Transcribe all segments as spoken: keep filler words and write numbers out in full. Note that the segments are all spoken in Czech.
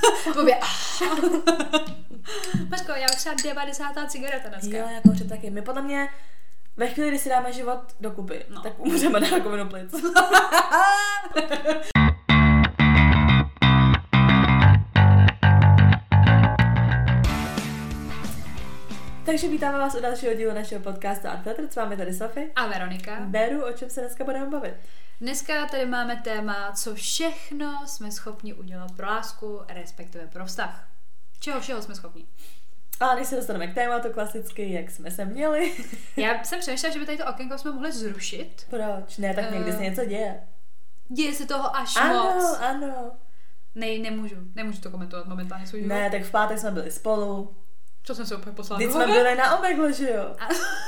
Bobě. Mařko, já bych třeba devadesátá cigareta dneska. Jo, jako že taky. My podle mě ve chvíli, kdy si dáme život dokupy, no. tak umřeme na rakovinu plic. Takže vítáme vás u dalšího dílu našeho podcastu Unfiltered. S vámi tady Sofie a Veronika. Beru, o čem se dneska budeme bavit. Dneska tady máme téma, co všechno jsme schopni udělat pro lásku, respektive pro vztah. Čeho všeho jsme schopni. A než se dostaneme k tématu klasicky, jak jsme se měli. Já jsem přemýšlela, že by tady to okénko jsme mohli zrušit. Proč? Ne, tak někdy uh, se něco děje. Děje se toho až ano, moc. Ano, ano. Ne, nemůžu. Nemůžu to komentovat momentálně svůj život. Ne, tak v pátek jsme byli spolu. Co jsem se úplně poslala? Teď jsme byli na Omegle, že jo?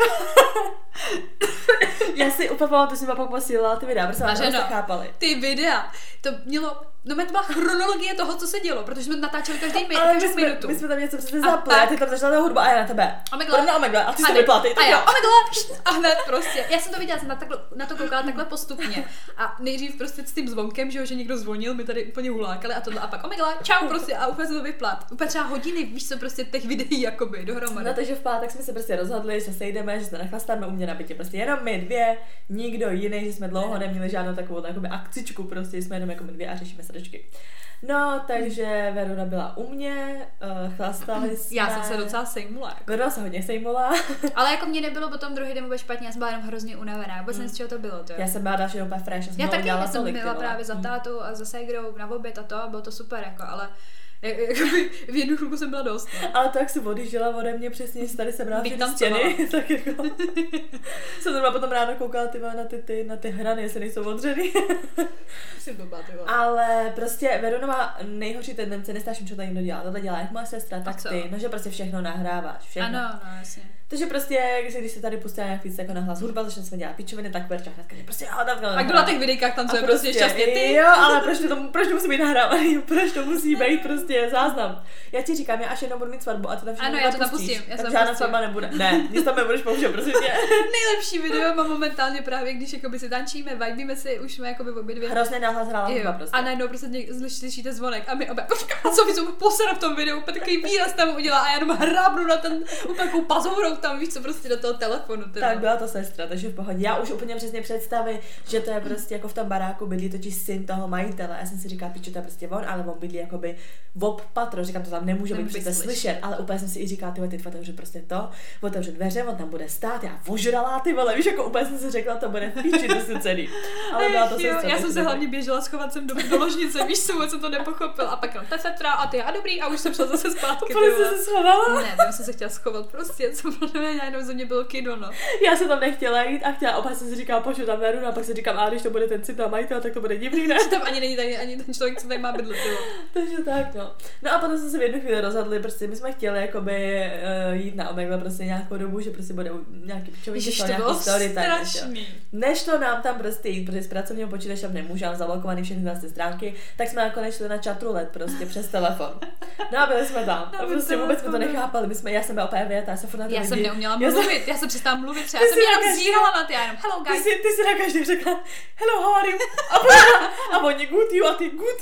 Já si úplně pamatuju, že jsem pak posílala ty videa, protože jsme to chápali. Ty videa, to mělo, no mě to byla chronologie toho, co se dělo, protože jsme natáčeli každý mi, ale každou my jsme, minutu. My jsme tam něco přesně zapli, a ty tam začala ta hudba a já na tebe. Omegle. Na Omegle a ty jsi to vypla, ty. A já, Omegle, a hned prostě. Já jsem to viděla, jsem na, takhle, na to koukala takhle postupně. A nejdřív prostě s tím zvonkem, že jo, že někdo zvonil, my tady úplně hulákali a tohle a pak Omegle, čau prostě a úplně se to vyplat. Úplně třeba hodiny, víš co, prostě těch videí jakoby dohromady. No takže v pátek jsme se prostě rozhodli, že se sejdeme, že se nachlastáme u mě na bytě, prostě jenom my dvě, nikdo jiný, že jsme dlouho neměli žádnou takovou takovou akcičku, prostě jsme jenom jako my dvě a řešíme srdečky. No, takže Verona byla u mě, uh, chlastali jsme. Já jsem se docela sejmula. Jako. Verona se hodně sejmula. Ale jako mě nebylo potom druhý den vůbec špatně, já jsem byla jenom hrozně unavená, vůbec nevím, z čeho to bylo. To. Já jsem byla další úplně fresh, já jsem já taky, dělala já jsem tolik, byla právě za tátou a za ségrou na oběd a to a bylo to super, jako, ale jakoby v jednu chvilku jsem byla dost. Ne? Ale to, jak se odjížděla ode mě přesně, tady jsem rád všechny stěny, tak jako jsem to potom ráno koukala ty, na, ty, ty, na ty hrany, jestli nejsou odřený. Jsem blbá, ty Ale prostě Verona má nejhorší tendence, nestáším, co tady někdo dělá. Tohle dělá jak moje sestra, tak ty, no že prostě všechno nahráváš, všechno. Ano, no jasně. Takže prostě, když se tady pustila nějak víc jako na hlas hudba, začne jsme dělat pičoviny, tak Verča hnedka, že prostě jo, tak a kdo na těch videíkách tam, co je prostě šťastně ty? Jo, ale proč to, proč to musí být nahrávaný, proč to musí být prostě záznam. Já ti říkám, já až jednou budu mít svatbu a to tam všechno ano, já to tam pustím, já tak žádná svatba nebude. Ne, nic tam nebudeš použít, prosím tě. Nejlepší video mám momentálně právě, když jakoby si tančíme, vibíme si, už jsme jakoby obě dvě. Hrozně nahlas hrála hudba prostě. A najednou prostě slyšíte zvonek a my obě, a co jsem posera v tom videu, úplně takový výraz tam udělá a já jenom hrábnu na ten takovou pazourou tam, víš co, prostě do toho telefonu. Teda. Tak byla to sestra, takže v pohodě. Já už úplně přesně představy, že to je prostě jako v tom baráku bydlí totiž syn toho majitele. Já jsem si říkala, pičo, to je prostě on, ale on bydlí jakoby v obpatro, říkám, to tam nemůže být přece slyšet, ale úplně jsem si i říkala, ty vole, ty otevřu prostě to, otevřu dveře, on tam bude stát, já ožralá, ty vole, víš, jako úplně jsem si řekla, to bude v píči, to si celý. Ale byla to sestra. Já jsem se hlavně běžela schovat sem do, do ložnice, víš co, jsem to nepochopila a pak no, ta setra a ty a dobrý a už jsem šla zase zpátky. Proč jsi se schovala? Ne, tam jsem se chtěla schovat prostě, co pro mě najednou ze mě bylo kido, no. Já jsem tam nechtěla jít a chtěla, opět jsem si říkala, pošlu tam Verunu a pak si říkám, a když to bude ten cit a majitel, tak to bude divný, ne? Tam ani není tady, ani ten člověk, co tady má bydlet, jo. Takže tak, no. No a potom jsme se v jednu chvíli rozhodli, prostě my jsme chtěli jakoby uh, jít na Omegle prostě nějakou dobu, že prostě bude nějaký pičový, to nějaký story time. Než to nám tam prostě jít, protože z pracovního počítače tam nemůže, ale zablokovaný všechny vlastně stránky, tak jsme nakonec šli na chatroulette prostě přes telefon. No a byli jsme tam. No, a prostě vůbec jsme to nechápali, my jsme, já jsem byla opět věta, já jsem furt na to Já lidi. jsem neuměla mluvit, já jsem přestala mluvit třeba, já jsem jenom zírala na ty, já jenom hello guys. Ty si, ty si na každý řekla hello, how are you? A, potom, a oni good, you a ty good.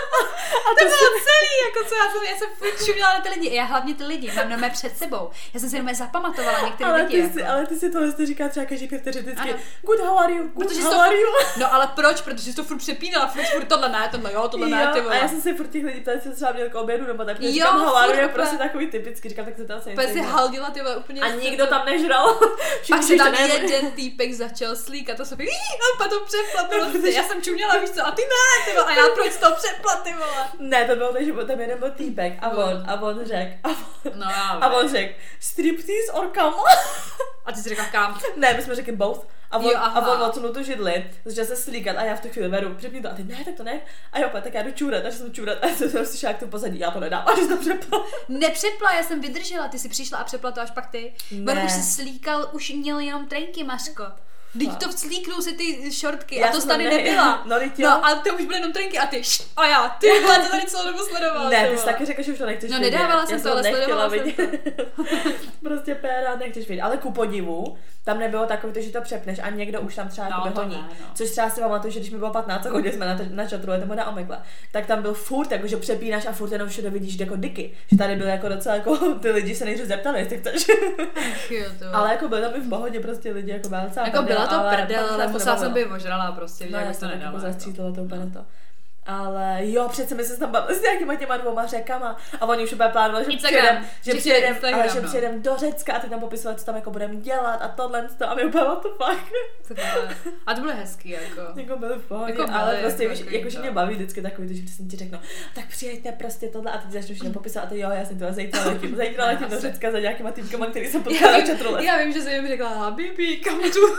A to, to bylo celý, jako co já jsem, já jsem furt šuměla na ty lidi, já hlavně ty lidi, mám na mé před sebou, já jsem si jenom zapamatovala některé ale lidi. Ty si, jako. Ale ty si tohle jsi říká třeba každý pět vteřin vždycky, good, how are you, good, protože how to, are you? No ale proč, protože jsi to furt přepínala, furt, furt tohle ne, tohle jo, tohle ne, ty vole. A já jsem si furt těch lidí ptala, jestli třeba měl k obědu, nebo tak, říkám how are you, je prostě takový typický, říkám, tak se tam se něco si haldila, ty vole, úplně. A nikdo tam nežral. Pak se tam jeden týpek začal slíkat a Sofie, a potom přepla, prostě, já jsem čuměla, víš co, a ty ne, ty vole, a já proč to přepla, ty vole. Ne, to bylo tak, že tam jeden byl týpek a on, a on řekl, a on, no, já, a on řekl, striptease or come? A ty jsi řekla kam? Ne, my jsme řekli both. A on, jo, a on odsunul tu židli, začal se slíkat a já v tu chvíli veru, přepni to a ty ne, tak to ne. A jo, tak já jdu čůrat, takže jsem čůrat a jsem slyšela, jak to pozadí, já to nedám, a že jsi to přepla. Nepřepla, já jsem vydržela, ty jsi přišla a přepla to až pak ty. On už se slíkal, už měl jenom trenky, Mařko. Teď to vclíknou si ty šortky a to tady nebyla. No, no a to už byly jenom trenky a ty št, a já, ty vole, to tady celou dobu sledovala. Ne, ty jsi taky řekla, že už to nechceš no, vidět. No nedávala jsem to, ale sledovala jsem to. Prostě péra, nechceš vidět. Ale ku podivu, tam nebylo takové, že to přepneš a někdo už tam třeba no, honí. Ne, no. Což třeba si pamatuju, že když mi bylo patnáct, hodně jsme na, na čatrule nebo na Omegle, tak tam byl furt, jako, že přepínáš a furt jenom všude vidíš jako diky. Že tady byly jako docela jako ty lidi se nejdřív zeptali, jestli chceš. Jo, to. Ale jako byly tam i v pohodě prostě lidi jako byla docela jako byla to prdel, ale musela jsem být ožralá prostě, no, že to nedala. Jako zastřítila to úplně to. Ale jo, přece my jsme se tam bavili s nějakýma těma dvouma řekama a oni už úplně plánovali, že přijedem, že přijedem, ale že přijedem do Řecka a ty tam popisovali, co tam jako budeme dělat a tohle a my úplně what the fuck. A to bylo hezký jako. Jako byly v pohodě, jako ale prostě jako, víš, jakože mě baví vždycky takový, že přesně ti řeknu, tak přijeďte prostě tohle a ty začneš jenom popisovat a ty jo, já jsem to zítra letím, zítra letím do Řecka za nějakýma týmkama, který jsem potkala na čatrule. Já vím, že jsem jim řekla, habibi, kam tu?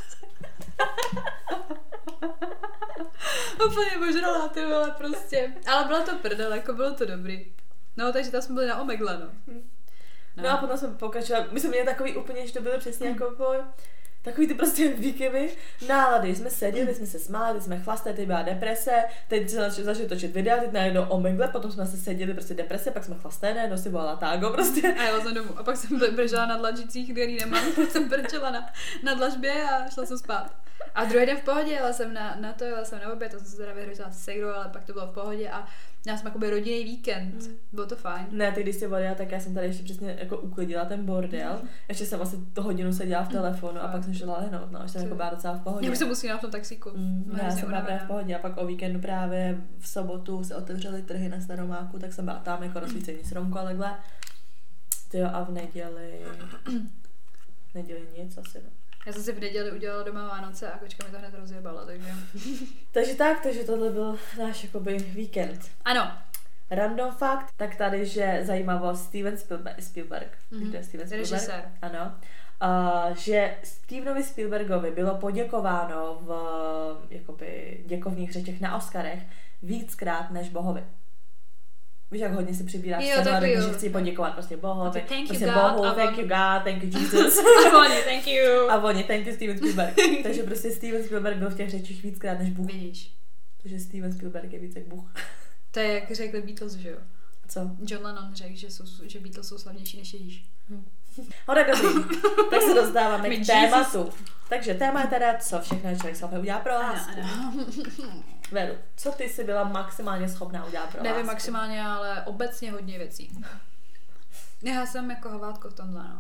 Úplně božrala, ty vole, prostě. Ale bylo to prdel, jako bylo to dobrý. No, takže tam jsme byli na Omegle, no. No, no a potom jsme pokračovali, my jsme měli takový úplně, že to bylo přesně jako po, takový ty prostě výkyvy, nálady, jsme seděli, jsme se smáli, jsme chlastali, teď byla deprese, teď jsme začali točit videa, teď najednou Omegle, potom jsme se seděli, prostě deprese, pak jsme chlastali, najednou si volala tágo prostě. A jela jsem domů a pak jsem bržela na dlažicích, který nemám, tak jsem brčela na, na dlažbě a šla jsem spát. A druhý den v pohodě, jela jsem na, na to, jela jsem na oběd, to jsem se teda vyhrozila s segrou, ale pak to bylo v pohodě a měla jsem jakoby rodinný víkend, mm. bylo to fajn. Ne, ty když jsi odjela, tak já jsem tady ještě přesně jako uklidila ten bordel, mm. ještě jsem asi to hodinu seděla v telefonu mm. a pak jsem šla lehnout, no, ještě jsem jako byla docela v pohodě. Já už jsem musela v tom taxíku. Mm, no, já jsem byla právě v pohodě a pak o víkendu právě v sobotu se otevřely trhy na Staromáku, tak jsem byla tam jako rozsvícení stromku a takhle. Tyjo, a v neděli, v neděli nic asi, no. Já jsem si v neděli udělala doma Vánoce a kočka mi to hned rozjebala, takže... takže tak, takže tohle byl náš jakoby víkend. Ano. Random fact, tak tady, že zajímavost Steven Spielberg, Spielberg, mm-hmm. to je Steven Spielberg, režisér. Ano, uh, že Stevenovi Spielbergovi bylo poděkováno v jakoby děkovních řečech na Oscarech víckrát než Bohovi. Víš, jak hodně si přibíráš scénu, že chci poděkovat prostě Bohovi, thank prostě you Bohu, God, thank you God, thank you Jesus. A oni, thank you. A oni, thank you Steven Spielberg. Takže prostě Steven Spielberg byl v těch řečích víckrát než Bůh. Vidíš. Takže Steven Spielberg je víc jak Bůh. To je jak řekli Beatles, že jo? Co? John Lennon řekl, že, jsou, že Beatles jsou slavnější než Ježíš. Hm. No tak dobrý, tak se dostáváme k tématu. Takže téma je teda, co všechno člověk schopný udělat pro lásku. Ano, ano. Veru, co ty jsi byla maximálně schopná udělat pro lásku? Nevím maximálně, ale obecně hodně věcí. Já jsem jako hovátko v tomhle, no.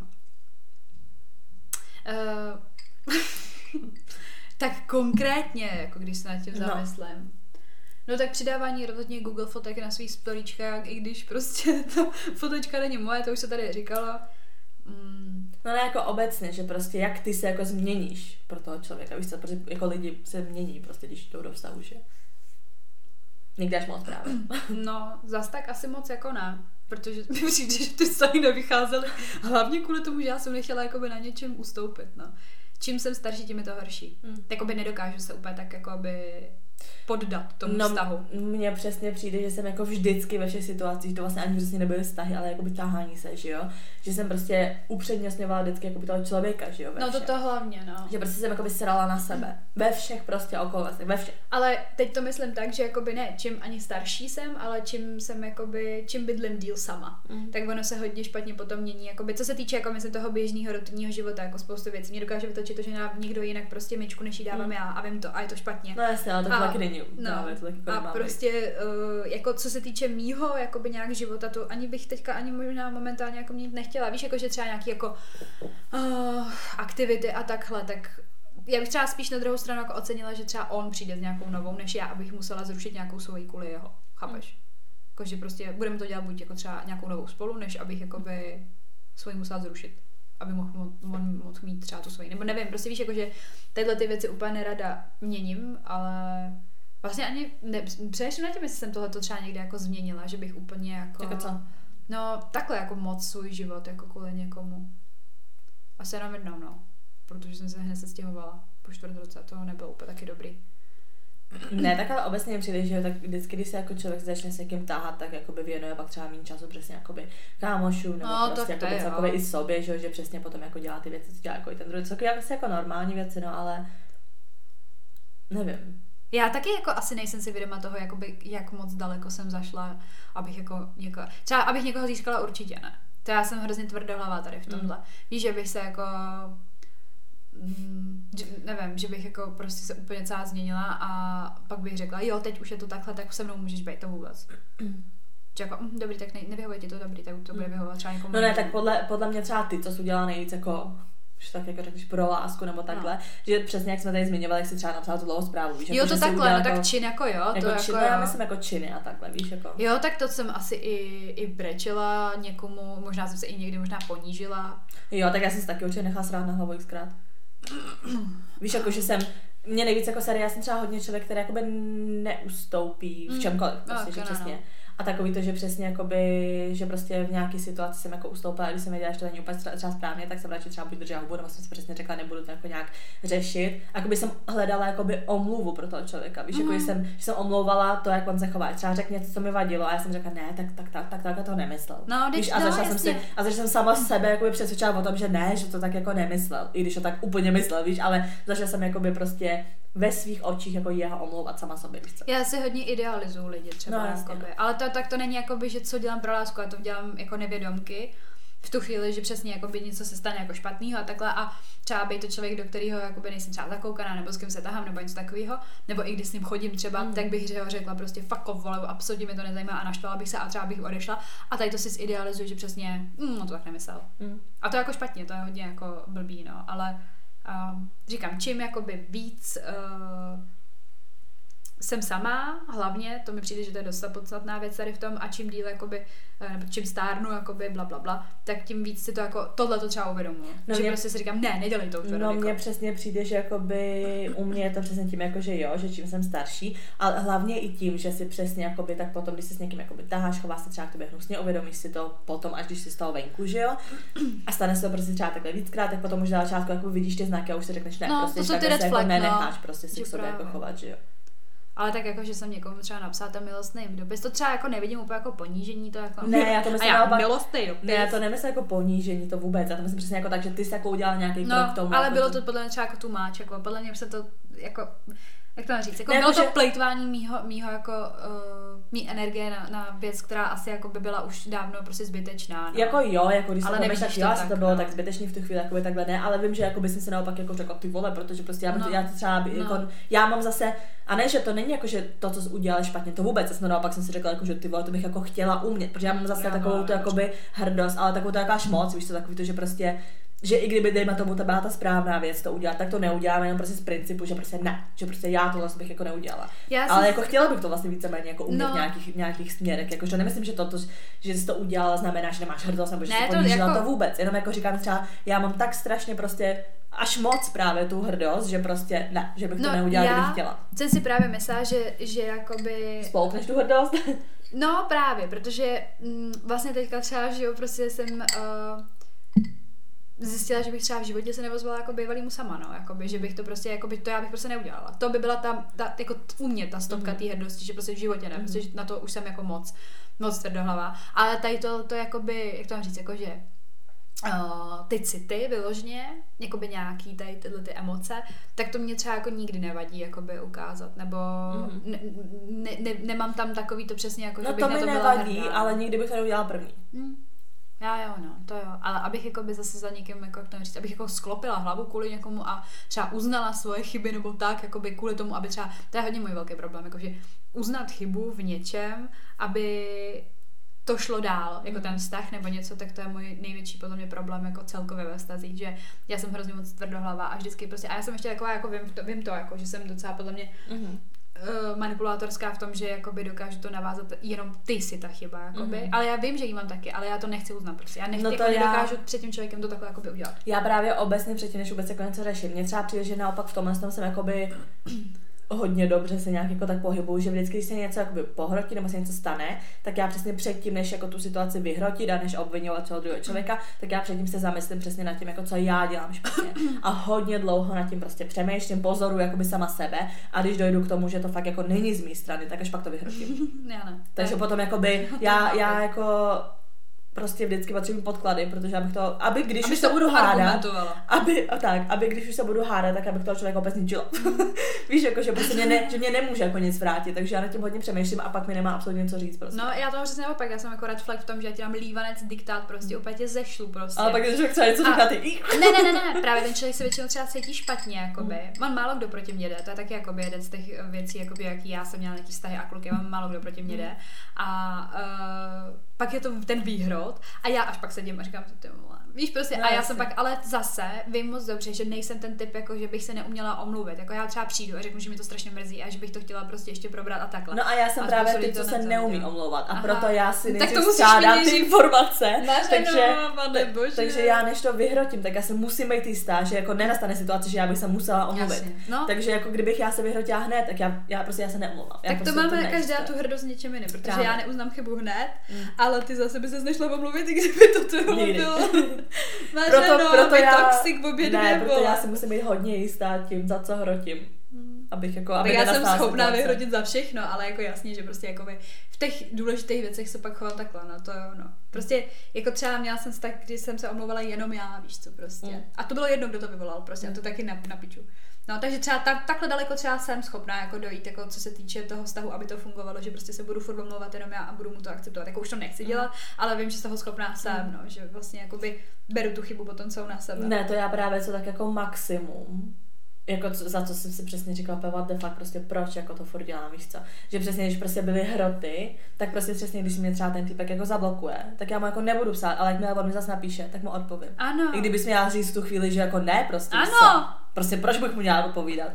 Uh, tak konkrétně, jako když se nad tím zamyslím. No. No tak přidávání rozhodně Google fotek na svých storíčkách, i když prostě ta fotečka není moje, to už se tady říkalo. Mm. No ne jako obecně, že prostě jak ty se jako změníš pro toho člověka, víš co, protože jako lidi se mění prostě, když jdou do vztahu, že? Někdy až moc právě. No, zas tak asi moc jako ne, protože mi přijde, že ty vztahy nevycházely, hlavně kvůli tomu, že já jsem nechtěla jakoby na něčem ustoupit, no. Čím jsem starší, tím je to horší. Hmm. Takoby nedokážu se úplně tak jakoby poddat tomu no, vztahu. Mně přesně přijde, že jsem jako vždycky ve všech situacích, to vlastně ani přesně nebyly vztahy, ale jakoby táhání se, že jo? Že jsem prostě upřednostňovala vždycky jakoby toho člověka, že jo? No to to hlavně, no. Že prostě jsem jakoby srala na sebe. Ve všech prostě okolnostech, ve všech. Ale teď to myslím tak, že jakoby ne, čím ani starší jsem, ale čím jsem jakoby, čím bydlím díl sama, mm. tak ono se hodně špatně potom mění, jakoby, co se týče jako myslím toho běžného rutinního života, jako spoustu věcí. Mě dokáže vytočit to, že dává někdo jinak prostě myčku, než jí dávám mm. já a vím to a je to špatně. No jasně, ale to taky není. No, to taky a prostě uh, jako co se týče mýho jakoby nějak života, to ani bych teďka ani možná momentálně jako měnit nechtěla. Víš, jako že třeba nějaký jako uh, aktivity a takhle, tak já bych třeba spíš na druhou stranu jako ocenila, že třeba on přijde s nějakou novou, než já, abych musela zrušit nějakou svoji kvůli jeho. Chápeš? Mm. Jako, že prostě budeme to dělat buď jako třeba nějakou novou spolu, než abych jakoby svoji musela zrušit, aby mohl, mohl, mohl mít třeba tu svoji. Nebo nevím, prostě víš, jako, že tyhle ty věci úplně nerada měním, ale vlastně ani ne, přemýšlím na tím, jestli jsem tohleto třeba někde jako změnila, že bych úplně jako... Jako co? No takhle jako moc svůj život jako kvůli někomu. Asi jenom jednou, no. Protože jsem se hned se stěhovala po čtvrt roce, to nebylo úplně taky dobrý. Ne, tak ale obecně mi přijde, že tak vždycky, když se jako člověk začne s někým táhat, tak jakoby věnuje pak třeba méně času přesně jakoby kámošů, nebo no, prostě jakoby celkově i sobě, že, že přesně potom jako dělá ty věci, co dělá jako i ten druhý, co je asi jako normální věci, no ale nevím. Já taky jako asi nejsem si vědoma toho, jakoby, jak moc daleko jsem zašla, abych jako někoho, třeba abych někoho získala určitě ne. To já jsem hrozně tvrdohlavá tady v tomhle. Mm. Víš, že bych se jako že, nevím, že bych jako prostě se úplně celá změnila a pak bych řekla, jo, teď už je to takhle, tak se mnou můžeš být, to vůbec. Že jako, hm, dobrý, tak ne, nevyhovuje ti to, dobrý, tak to bude vyhovovat třeba někomu. No ne, tak podle, podle mě třeba ty, co jsi udělala nejvíc jako, že tak jako řekneš pro lásku nebo takhle, no. Že přesně jak jsme tady zmiňovali, jak jsi třeba napsala tu dlouhou zprávu, víš, jo, jako, to takhle, no jako, tak čin jako jo, jako to čin, jako no, já myslím jako činy a takhle, víš, jako. Jo, tak to jsem asi i, i brečela někomu, možná jsem se i někdy možná ponížila. Jo, tak já jsem si taky určitě nechala srát na hlavu xkrát. Víš, jako, že jsem, mě nejvíc jako série, já jsem třeba hodně člověk, který jakoby neustoupí v čemkoliv, prostě, že přesně. No. A takový to, že přesně jakoby, že prostě v nějaké situaci jsem jako ustoupila, když jsem věděla, že to není úplně třeba správně, tak jsem radši třeba buď držela hubu, nebo jsem si přesně řekla, nebudu to jako nějak řešit. A jakoby jsem hledala jakoby omluvu pro toho člověka, víš, mm. jako, že jsem, že jsem omlouvala to, jak on se chová. Třeba řekl něco, co mi vadilo, a já jsem řekla, ne, tak tak tak tak, tak, tak to nemyslel. No, víš, a začala no, jsem si, a začala jsem sama sebe jakoby přesvědčila o tom, že ne, že to tak jako nemyslel, i když to tak úplně myslel, víš, ale začala jsem jakoby prostě ve svých očích jako jeho omlouvat sama sobě, víš co? Já si hodně idealizuju lidi třeba, no, jakoby. Ale to, tak to není jakoby, že co dělám pro lásku, já to dělám jako nevědomky v tu chvíli, že přesně jakoby něco se stane jako špatného a takhle a třeba být to člověk, do kterého jakoby nejsem třeba zakoukaná, nebo s kým se tahám, nebo něco takového, nebo i když s ním chodím třeba, mm. tak bych řekla prostě fuck off, vole, absolutně mi to nezajímá a naštvala bych se a třeba bych odešla a tady to si zidealizuju, že přesně, mm, no to tak nemyslel. Mm. A to je jako špatně, to je hodně jako blbý, no, ale um, říkám, čím jakoby víc uh, jsem sama, hlavně, to mi přijde, že to je dost podstatná věc tady v tom a čím díl jakoby, nebo čím stárnu, jakoby bla bla bla, tak tím víc si to jako, tohle to třeba uvědomuji. No že mě, prostě si říkám, ne, nedělej to už. No mně přesně přijde, že jakoby u mě je to přesně tím, jako, že jo, že čím jsem starší, ale hlavně i tím, že si přesně jakoby, tak potom, když se s někým jakoby taháš, chováš se třeba k tobě hnusně, uvědomíš si to potom, až když si z toho venku, že jo, a stane se to prostě třeba takhle víckrát, tak potom už na začátku jako vidíš ty znaky a už si řekneš, ne, no, prostě to takhle se jako flag, nenecháš no, prostě si k sobě jako chovat, že jo. Ale tak jako, že jsem někomu třeba napsala ten milostný dopis, to třeba jako nevidím úplně jako ponížení, to jako... Ne, já to myslím já, naopak... milostný dopis. Ne, já to nemyslím jako ponížení, to vůbec, já to myslím přesně jako tak, že ty jsi jako udělal nějaký no, krok k tomu. ale jako bylo to... to podle mě třeba jako tu máč, jako podle mě se to jako... Jak to mám říct? Jako ne, bylo jako, to že... plejtvání mýho, mýho jako, uh, mý energie na, na věc, která asi jako by byla už dávno prostě zbytečná. No. Jako jo, jako když ale se tak jo, asi to bylo no. tak zbytečný v tu chvíli, jakoby takhle ne, ale vím, že jako by jsem se naopak jako řekla ty vole, protože prostě já, no. to, já to třeba no. jako, já mám zase, a ne, že to není jako, že to, co jsi udělal špatně, to vůbec, já jsem naopak jsem si řekla, jako, že ty vole, to bych jako chtěla umět, protože já mám zase Bravo, takovou tu jakoby hrdost, ale takovou to jakáž moc, víš to, takový to, že prostě že i kdyby dejme tomu, to byla ta správná věc to udělat, tak to neuděláme jenom prostě z principu, že prostě ne, že prostě já to vlastně bych jako neudělala. Já ale jako chtěla bych to vlastně víceméně jako umět no. v nějakých, nějakých směrech, jakože nemyslím, že to, to, že jsi to udělala znamená, že nemáš hrdost nebo že ne, jsi ponížila jako... to vůbec, jenom jako říkám třeba, já mám tak strašně prostě až moc právě tu hrdost, že prostě ne, že bych no, to neudělala, kdybych chtěla. Já jsem si právě myslela, že, že jakoby... Spolkneš tu hrdost? No právě, protože m, vlastně teďka třeba, že jo, prostě jsem... Uh, zjistila, že bych třeba v životě se nevozvala jako bývalýmu sama, no, jakoby, že bych to prostě, jakoby, to já bych prostě neudělala. To by byla ta, ta jako u mě ta stopka mm-hmm. té hrdosti, že prostě v životě ne, mm-hmm. protože na to už jsem jako moc, moc tvrdohlava. Ale tady to, to jakoby, jak to mám říct, jakože uh, ty city vyložně, jakoby nějaký tady tyhle ty emoce, tak to mě třeba jako nikdy nevadí jakoby ukázat, nebo mm-hmm. ne, ne, ne, nemám tam takový to přesně jako, no že bych na to byla hrdá. No to mi nevadí, ale nikdy bych to neudělala první. Mm. Já jo, no, to jo, ale abych jako by zase za někým, jako jak to říct, abych jako sklopila hlavu kvůli někomu a třeba uznala svoje chyby nebo tak, jako by kvůli tomu, aby třeba, to je hodně můj velký problém, jakože uznat chybu v něčem, aby to šlo dál, jako ten vztah nebo něco, tak to je můj největší podle mě problém jako celkově ve vztazích, že já jsem hrozně moc tvrdohlava a vždycky prostě, a já jsem ještě taková, jako vím to, vím to jako, že jsem docela podle mě mm-hmm. manipulátorská v tom, že jakoby dokážu to navázat, jenom ty si ta chyba, jakoby. Mm-hmm. Ale já vím, že jí mám taky, ale já to nechci uznat prostě. Já nechci, no to jako já... dokážu před tím člověkem to takhle jakoby udělat. Já právě obecně předtím, než vůbec jako něco řeším. Mně třeba přijde, že naopak v tomhle tom jsem jakoby hodně dobře se nějak jako tak pohybuju, že vždycky, když se něco jakoby pohrotí nebo se něco stane, tak já přesně předtím, než jako tu situaci vyhrotit a než obvinovat toho druhého člověka, tak já předtím se zamyslím přesně nad tím, jako co já dělám špatně. A hodně dlouho nad tím prostě přemýšlím, pozoruju jakoby sama sebe a když dojdu k tomu, že to fakt jako není z mé strany, tak až pak to vyhrotím. Já ne. Takže potom jakoby já, já jako prostě vždycky potřebuji podklady, protože abych to, aby když aby už se budu hádat, aby, a tak, aby když už se budu hádat, tak abych toho člověka opět zničila. Víš, jako, že prostě mě, ne, že mě nemůže jako nic vrátit, takže já nad tím hodně přemýšlím a pak mi nemá absolutně něco říct prostě. No, já to mám přesně naopak, já jsem jako red flag v tom, že já ti dám lívanec, diktát, prostě opět tě zešlu prostě. Ale pak když člověk třeba něco říká, ty. Ne, ne, ne, ne, právě ten člověk se většinou třeba cítí špatně, jakoby. Mm. Mám málo kdo proti mě jde, to je taky jakoby jeden z těch věcí, jakoby, jaký já jsem měla nějaký vztahy a kluky, mám málo kdo proti mě jde. A uh, pak je to ten výhrod a já až pak sedím a říkám, ty vole. Víš prostě, no, a já jsem pak, ale zase vím moc dobře, že nejsem ten typ, jako že bych se neuměla omluvit. Jako já třeba přijdu a řeknu, že mi to strašně mrzí a že bych to chtěla prostě ještě probrat a takhle. No a já jsem a právě ty, co se neumí omlouvat a Aha. proto já si nejdřív střádám ty informace. Máš takže, no, pane bože. takže já než to vyhrotím, tak já se musím být jistá, že jako nenastane situace, že já bych se musela omluvit. No. Takže jako kdybych já se vyhrotila hned, tak já, já prostě já se neomlouvám. Tak prostě to máme to každá tu hrdost něčem jiným, protože právě. Já neuznám chybu hned, mm. ale ty zase by ses nešla omluvit, i kdyby to to bylo. Proto, no, proto já, toxic, obě dvě, ne, proto já si musím být hodně jistá tím, za co hrotím. Hmm. Abych jako, aby já jsem schopná situace. Vyhrotit za všechno, ale jako jasně, že prostě jako v těch důležitých věcech se pak chovám takhle, no to jo, no. Prostě jako třeba měla jsem tak, když jsem se omlouvala jenom já, víš co prostě. Hmm. A to bylo jedno, kdo to vyvolal, prostě, hmm. a to taky na, na piču. No, takže třeba tak, takhle daleko třeba jsem schopná jako dojít, jako co se týče toho vztahu, aby to fungovalo, že prostě se budu furt omlouvat jenom já a budu mu to akceptovat. Jako už to nechci dělat, ale vím, že z toho schopná jsem, no, že vlastně jakoby beru tu chybu potom celou na sebe. Ne, to já právě co tak jako maximum. Jako co, za co jsem si přesně říkala, what the fuck, prostě proč jako to furt dělám, víš co? Že přesně, když prostě byly hroty, tak prostě přesně, když mě třeba ten typek jako zablokuje, tak já mu jako nebudu psát, ale jakmile on mi zase napíše, tak mu odpovím. Ano. I kdybys měla říct v tu chvíli, že jako ne, prostě ano. Co? Prostě proč bych mu měla odpovídat?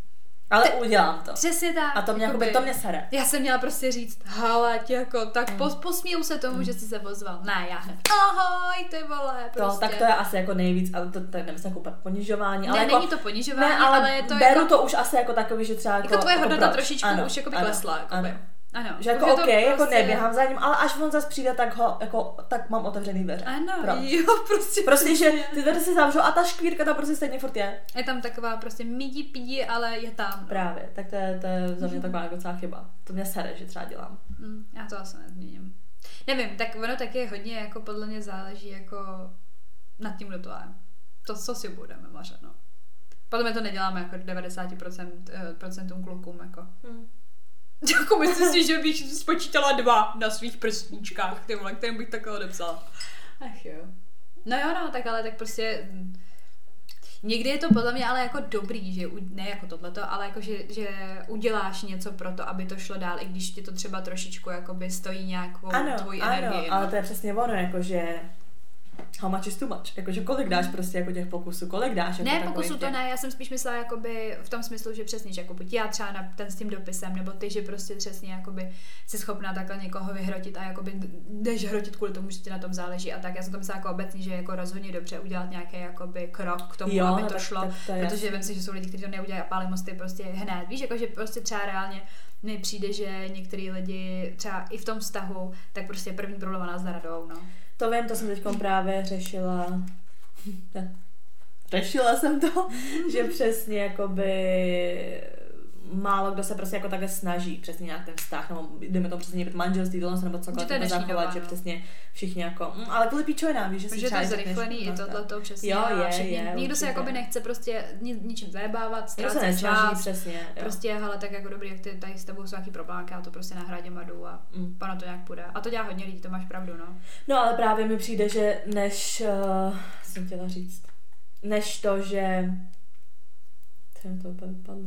Ale Te, udělám to. Přesně tak. A to mě, jakoby, to mě sere. Já jsem měla prostě říct, hele, jako, tak mm. pos, posmíju se tomu, mm. že jsi se ozval. Ne, já hned, ahoj, ty vole, prostě. To, tak to je asi jako nejvíc, ale to, to nemyslím jako ponižování. Ne, ale není jako, to ponižování, ne, ale, ale je to beru jako, to už asi jako takový, že třeba jako, jako tvoje jako hodnota proč? trošičku ano, už jako by klesla, ano, jako by. Ano. Že jako OK, prostě... jako neběhám za ním, ale až on zase přijde, tak ho, jako, tak mám otevřený dveře. Ano, Proč? jo, prostě. Prostě, že ty dveře se zavřou a ta škvírka tam prostě stejně furt je. Je tam taková prostě midi pidi, ale je tam. No. Právě, tak to je, to je za mě taková jako docela chyba. To mě sere, že třeba dělám. Mm, já to asi nezměním. Nevím, tak ono taky hodně jako podle mě záleží jako nad tím, kdo to je. To, co si budeme mařet, no. Podle mě to neděláme jako devadesát procent klukům, jako. Hmm. Jako myslím si, že bych spočítala dva na svých prstníčkách, ty vole, kterým bych takhle odepsala. Ach jo. No jo, no, tak ale tak prostě někdy je to podle mě ale jako dobrý, že ne jako tohleto, ale jako, že, že uděláš něco pro to, aby to šlo dál, i když ti to třeba trošičku jakoby stojí nějakou ano, tvoji ano, energii. Ano, ale to je přesně ono, jakože how much is too much? Jakože kolik dáš prostě jako těch pokusů, kolik dáš jako ne, pokusů to ne, já jsem spíš myslela jakoby v tom smyslu, že přesně, že jako buď já třeba na ten s tím dopisem, nebo ty, že prostě přesně jakoby jsi schopná takhle někoho vyhrotit a jakoby jdeš hrotit kvůli tomu, že ti na tom záleží a tak. Já jsem to myslela jako obecně, že je jako rozhodně dobře udělat nějaký jakoby krok k tomu, jo, aby to tak, šlo, tak to protože vím si, že jsou lidi, kteří to neudělají a pálí mosty prostě hned. Víš, jako že prostě třeba reálně mi přijde, že některý lidi třeba i v tom vztahu, tak prostě první problém nás zaradou, no. To vím, to jsem teď právě řešila. Řešila jsem to, že přesně jakoby málo kdo se prostě jako takhle snaží přesně nějak ten vztah, nebo jdeme tomu přesně být manželství, tohle nebo cokoliv to zachovat, že přesně všichni jako, mm, ale kvůli píčovinám, víš, že si třeba to je zrychlený, i tohleto přesně. Jo, je, všichni, je, nikdo se jakoby nechce prostě ni, ničím zajebávat, ztrácet čas, přesně, jo. prostě hele, tak jako dobrý, jak ty tady s tebou jsou nějaký problémky, já to prostě nahradím a jdu a mm. pana to nějak půjde. A to dělá hodně lidí, to máš pravdu, no. No ale právě mi přijde, že než, uh, jsem chtěla říct, než to, že to úplně vypadlo.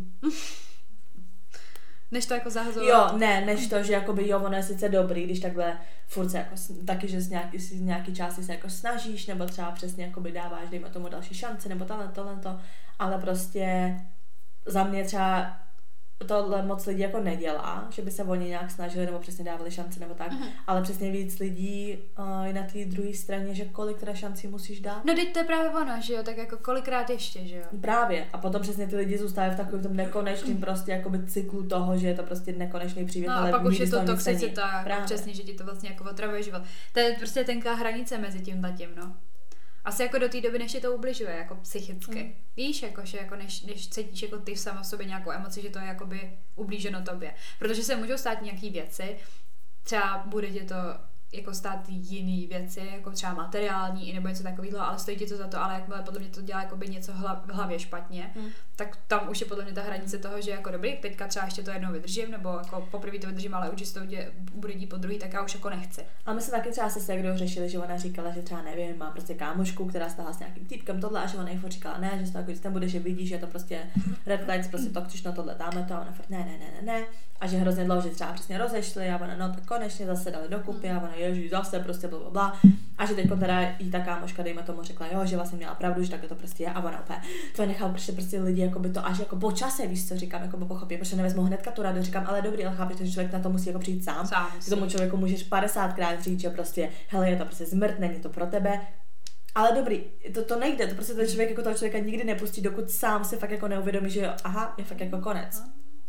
Než to jako zahazovat. Jo, ne, než to, že jakoby jo, ono je sice dobrý, když takhle furt se jako, taky, že z nějaký, z nějaký části se jako snažíš, nebo třeba přesně jakoby dáváš, dejme tomu další šance, nebo tohle, tohle, to, ale prostě za mě třeba tohle moc lidí jako nedělá, že by se oni nějak snažili nebo přesně dávali šanci nebo tak, uh-huh. ale přesně víc lidí uh, je na té druhé straně, že kolik teda šancí musíš dát. No teď to je právě ono, že jo, tak jako kolikrát ještě, že jo. Právě a potom přesně ty lidi zůstávají v takovém tom nekonečným prostě jakoby cyklu toho, že je to prostě nekonečný příběh, no, ale a pak už je to toxicita, jako přesně, že ti to vlastně jako otravuje život. To je prostě tenká hranice mezi tím zatím, no. Asi jako do té doby, než ti to ubližuje, jako psychicky. Mm. Víš, jako, že jako než, než cítíš jako ty sama v sobě nějakou emoci, že to je jakoby ublíženo tobě. Protože se můžou stát nějaký věci, třeba bude tě to jako stát jiný věci, jako třeba materiální, nebo něco takového, ale stojí ti to za to, ale jakmile podle mě to dělá jakoby něco v hlavě špatně, mm. tak tam už je podle mě ta hranice toho, že jako dobrý, teďka třeba ještě to jednou vydržím, nebo jako poprvé to vydržím, ale určitě to dě, bude dít po druhý, tak já už jako nechci. A my jsme taky třeba se s Segrou řešili, že ona říkala, že třeba nevím, má prostě kámošku, která stála s nějakým týpkem tohle, a že ona jí říkala, ne, že to jako, tam bude, že vidíš, že je to prostě red flags, prostě toxično tohle, dáme to, a ona fakt ne, ne, ne, ne, ne. A že hrozně dlouho, že třeba přesně rozešli a ona, no tak konečně zase dali dokupy a ona, ježiš, zase prostě bla, bla, bla. A že teď teda jí ta kámoška, dejme tomu, řekla, jo, že vlastně měla pravdu, že takhle to prostě je a ona opět, to nechal prostě, prostě lidi jako by to až jako po čase, víš co říkám, jako by pochopí, protože nevezmu hnedka tu radu, říkám, ale dobrý, ale chápeš, že člověk na to musí jako přijít sám. sám ty tomu člověku můžeš padesátkrát říct, že prostě, hele, je to prostě zmrt, není to pro tebe. Ale dobrý, to, to nejde, to prostě ten člověk jako toho člověka nikdy nepustí, dokud sám si fakt jako neuvědomí, že jo, aha, je fakt jako konec.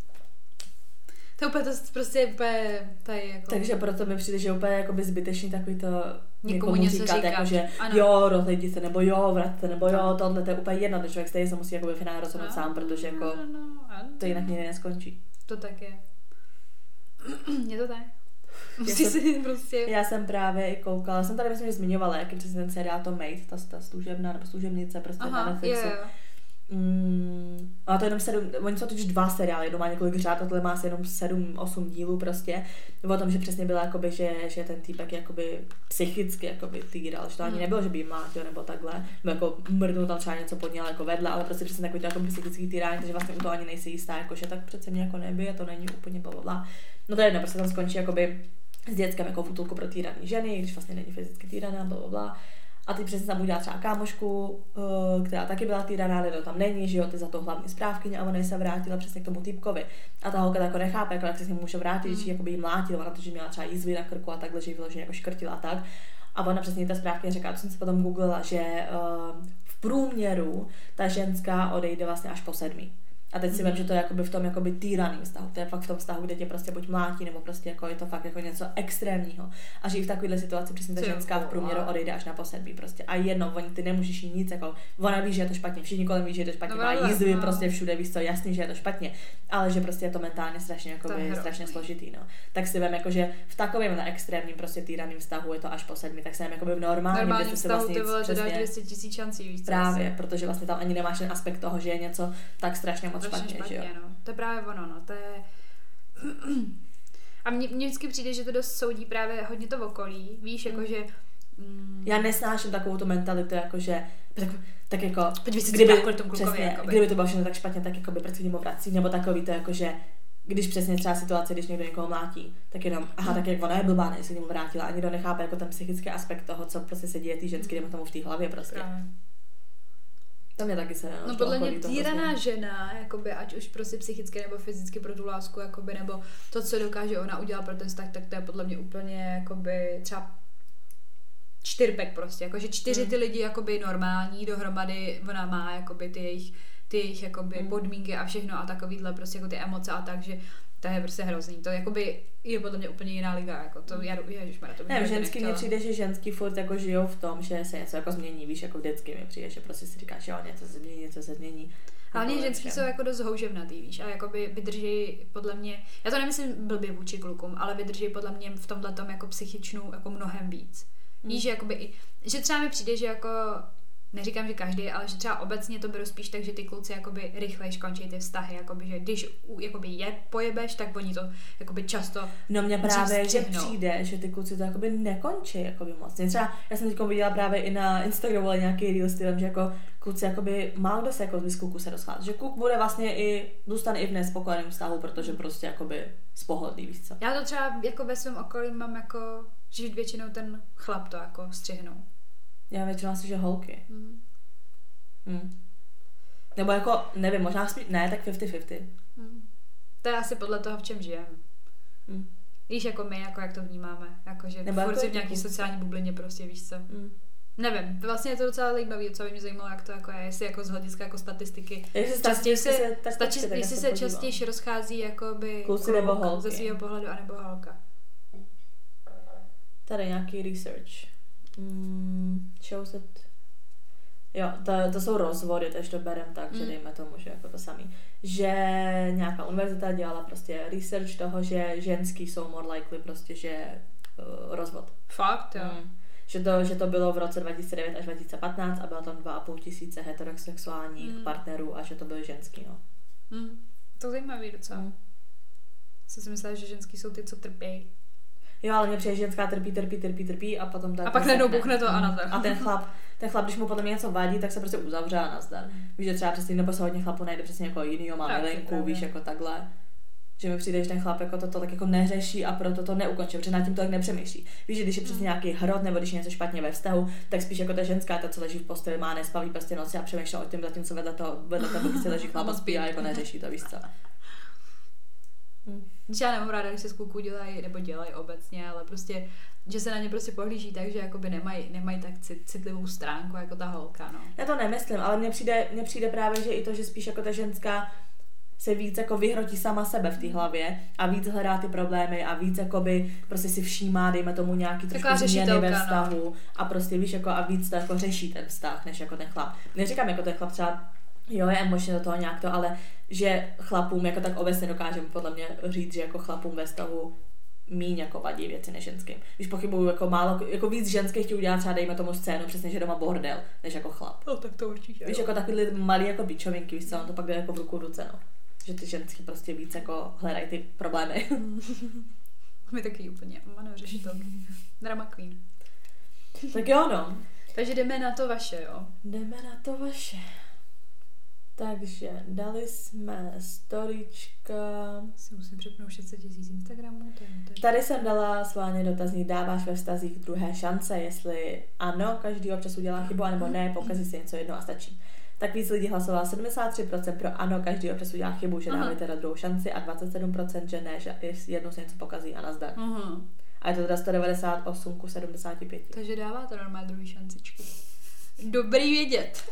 To úplně to prostě úplně tady jako... Takže proto mi přijde, že úplně jakoby zbytečný takový to někomu něco říkat, říkat. Jako, že ano. Jo, rozejdi se, nebo jo, vraťte, nebo jo, tohle, to je úplně jedno, ten člověk stejně se musí jakoby finálně rozhodnout no, sám, protože jako no, no, no, to jinak nikdy neskončí. To tak je. Je to tak. Musí si prostě... Já jsem právě i koukala, jsem tady myslím, že zmiňovala, jaký přesně ten seriál to Mate, ta, ta služebná nebo služebnice prostě aha, na Netflixu. Je, Mm, a to je jenom sedm, oni jsou totiž dva seriály, jednou má několik řád a tohle má asi jenom sedm, osm dílů prostě. O tom, že přesně byla jakoby, že, že ten týpek jakoby psychicky jakoby týral, že to ani nebylo, že by jí mlátil nebo takhle, nebo jako mrdnul tam třeba něco pod něj jako vedle, ale prostě přesně takový jako psychický týrání, takže vlastně u toho ani nejsi jistá, jako, že tak přece mě jako nebije, to není úplně blablabla. No to je jedno, prostě tam skončí jakoby s dětskem jako v útulku pro týraný ženy, když vlastně není fyzicky týraná, blablabla. A ty přesně tam udělá třeba kámošku, která taky byla týraná, ale to tam není, že jo, ty za to hlavní správkyně a ona se vrátila přesně k tomu týpkovi. A ta holka jako nechápe, jako jak se s ním může vrátit, když jí jakoby jí mlátil, ona to, že měla třeba jízvy na krku a takhle, že jí vyloženě jako škrtila a tak. A ona přesně ta správkyně řekla, to jsem se potom googlila, že uh, v průměru ta ženská odejde vlastně až po sedmi. A teď si vím, že to je jakoby v tom jakoby týraným vztahu. To je fakt v tom vztahu, kde tě prostě buď mlátí, nebo prostě jako je to fakt jako něco extrémního. A že i v takovéhle situaci přesně ta ženská v průměru odejde až na posedmí prostě. A jedno, oni ty nemůžeš jí nic, jako ona ví, že je to špatně, všichni kolem ví, že je to špatně, no, má jízvy no. prostě všude, víš co, jasný, že je to špatně, ale že prostě je to mentálně strašně jakoby, strašně složitý, no. Tak si vím, jako, že v takovém extrémním prostě týraným vztahu je to až po sedmi, tak se jako by v normálním vztahu vlastně ty vole, to dá dvě stě tisíc šancí, víš co. Právě, protože vlastně tam ani nemáš ten aspekt toho, že je něco tak strašně moc špatně, špatně, že jo. No. To je právě ono, no, to je... A mně, mně vždycky přijde, že to dost soudí právě hodně to okolí, víš, mm. jakože... Mm... Já nesnáším takovou tu mentalitu, jakože... Tak, tak jako... Podívej si, kdyby, kvůli tomu klukovi, přesně, kdyby to bylo všechno tak špatně, tak jako by proč němu vrací, nebo takový to jakože... Když přesně třeba situace, když někdo někoho mlátí, tak jenom, aha, mm. tak jak ona je blbá, než se němu vrátila, a nikdo nechápe jako ten psychický aspekt toho, co prostě se děje tý ženský, mm. tomu v té hlavě prostě. Právě. To mě taky se nenáš. No podle mě týraná prostě. Žena, jakoby, ať už prostě psychicky nebo fyzicky pro tu lásku, jakoby, nebo to, co dokáže ona udělat pro ten vztah, tak to je podle mě úplně jakoby, třeba čtyřpek prostě, jakože čtyři mm. ty lidi jakoby normální dohromady, ona má jakoby ty jejich, ty jejich jakoby mm. podmínky a všechno a takovýhle prostě jako ty emoce a tak, že to je prostě hrozný. To jakoby je podle mě úplně jiná liga, jako to, já, ježišmarja, to bych ne, ženský mně přijde, že ženský furt jako žijou v tom, že se něco jako změní, víš, jako vždycky mi přijde, že prostě si říkáš, jo, něco se změní, něco se změní. Hlavně ženský jsou jako dost houževnatý, víš, a jakoby vydrží podle mě, já to nemyslím blbě vůči klukům, ale vydrží podle mě v tomhletom jako psychičnou jako mnohem víc. Hmm. Víš, že jakoby, že třeba mi přijde, že jako neříkám, že každý, ale že třeba obecně to beru spíš tak, že ty kluci jakoby rychlejš končí ty vztahy, jakoby, že když jakoby je pojebeš, tak oni to jakoby často no mě právě, že přijde, že ty kluci to jakoby nekončí jakoby moc. Třeba já jsem teď viděla právě i na Instagramu nějaký reel stylem, že jako kluci jakoby málo kdo se jako z kluků se rozchází. Že kluk bude vlastně i, zůstane i v nespokojeném vztahu, protože prostě jakoby spohodlí, víš co. Já to třeba jako ve svém okolí mám jako, že většinou ten chlap to jako střihnou. Já většinou asi, že holky. Mm. Mm. Nebo jako, nevím, možná spíš, ne, tak padesát na padesát. Mm. To je asi podle toho, v čem žijeme. Mm. Víš, jako my, jako jak to vnímáme. Jako, že nebo furt jako si v nějaký sociální bublině prostě, víš co. Mm. Nevím, vlastně je to docela zajímavé, co by mě zajímalo, jak to jako je, jestli jako z hlediska jako statistiky. Častěji se, se, stačí, jestli se častěji rozchází jakoby kluci nebo holky. Ze svého pohledu, anebo holka. Tady nějaký research. Mm, shows it. Jo, to, to jsou rozvody, takže to berem tak, mm. že dejme tomu, že jako to samý. Že nějaká univerzita dělala prostě research toho, že ženský jsou more likely prostě, že uh, rozvod. Fakt, jo. Mm. Že to, že to bylo v roce dva tisíce devět až dva tisíce patnáct a bylo tam dva a půl tisíce heterosexuálních mm. partnerů a že to byly ženský, no. Mm. To zajímavý docela. Mm. Co si myslela, že ženský jsou ty, co trpějí. Jo, ale mě přijde, že ženská trpí, trpí, trpí, trpí a potom tak... A pak najednou buchne to a nazdar. A ten chlap, ten chlap, když mu potom něco vadí, tak se prostě uzavře a nazdar. Mm. Víš, že třeba přesně, nebo se hodně chlapů najde přesně někoho jinýho, má milinku, víš, jako takhle. Že mi přijde, že ten chlap jako to tak jako neřeší a proto to neukončí, protože nad tím to tak nepřemýšlí. Víš, že když je přesně nějaký hrot nebo když je něco špatně ve vztahu, tak spíš jako ta ženská, ta, co leží v posteli, má nespaví prostě noci a přemýšlí o tím, zatímco vedle toho, vedle toho prostě leží chlap a spí a jako neřeší to, víš co. Hmm. Já nemám ráda, když se z kluků dělají, nebo dělají obecně, ale prostě, že se na ně prostě pohlíží tak, že jakoby nemají, nemají tak citlivou stránku jako ta holka, no. Já to nemyslím, ale mně přijde, mně přijde právě, že i to, že spíš jako ta ženská se víc jako vyhrotí sama sebe v té hlavě a víc hledá ty problémy a víc jakoby prostě si všímá, dejme tomu nějaký trošku změny ve vztahu, no. A prostě víš jako a víc to jako řeší ten vztah, než jako ten chlap. Neříkám jako ten chlap třeba jo, je emočně do toho nějak to, ale že chlapům jako tak obecně dokážeme podle mě říct, že jako chlapům ve vztahu míň jako vadí věci než ženským. Když pochybuju, jako málo, jako víc ženských ti udělá třeba dejme tomu scénu, přesně, že doma bordel, než jako chlap. No tak to určitě. Víš, jo. jako takový malý jako bičovinky, víš co, on to pak jde jako v ruku ruce, no. Že ty ženský prostě víc jako hledají ty problémy. My taky úplně, ano, řeší to. Drama queen. Tak jo, no. Takže jdeme na to vaše, jo? Jdeme na to vaše. Takže dali jsme storyčka. Si musím přepnout šest set tisíc Instagramů. Tady, tady. tady jsem dala sválně dotazník, dáváš ve vztazích druhé šance, jestli ano, každý občas udělá chybu, anebo ne, pokazí si něco jedno a stačí. Tak víc lidí hlasovalo sedmdesát tři procent pro ano, každý občas udělá chybu, že dáme teda druhou šanci a dvacet sedm procent, že ne, že jednou se něco pokazí a nazdar. Uh-huh. A je to teda sto devadesát osm ku sedmdesáti pěti. Takže dáváte normálně druhý šancičky. Dobrý vědět.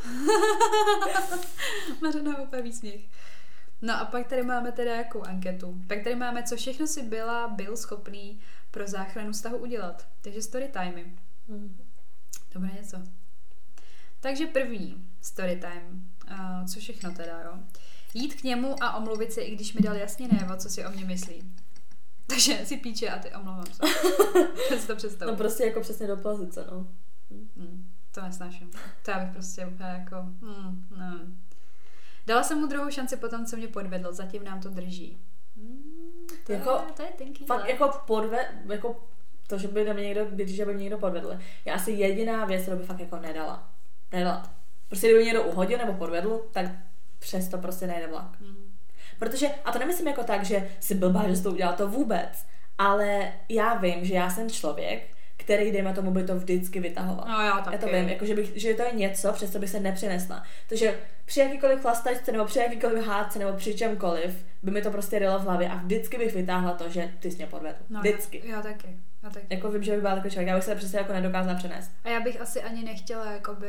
Mařena úplně výsměch. No a pak tady máme teda jakou anketu. Pak tady máme, co všechno si byla, byl schopný pro záchranu vztahu udělat. Takže story timey. Mm. Dobré něco. Takže první story time. Uh, co všechno teda, jo? Jít k němu a omluvit se, i když mi dal jasně najevo, co si o mě myslí. Takže si píče a ty omlouvám se. Já si to představu. No prostě jako přesně do pozice, no. Mm. To nesnáším. To já bych prostě úplně jako... Mm, ne. Dala jsem mu druhou šanci po tom, co mě podvedl. Zatím nám to drží. Mm, to, jako, je, to je tenký. Fakt let. Jako podved... Jako to, že by mě někdo, když by mě někdo podvedl. Já asi jediná věc, kterou by fakt jako nedala. Nedala. Prostě kdyby mě někdo uhodil nebo podvedl, tak přesto prostě nejde vlak. Mm. Protože, a to nemyslím jako tak, že si blbá, že jsi to udělal, to vůbec. Ale já vím, že já jsem člověk, který, dejme tomu, by to vždycky vytahoval. No já taky. Já to vím, jako, že, bych, že to je něco, přes co bych se nepřinesla. Takže při jakýkoliv chlastačce, nebo při jakýkoliv hádce, nebo při čemkoliv, by mi to prostě jelo v hlavě a vždycky bych vytáhla to, že ty jsi mě podvedl. No, vždycky. Já, já taky. Já taky. Jako vím, že by byla takový člověk, já bych se přesně jako nedokázala přenést. A já bych asi ani nechtěla, jakoby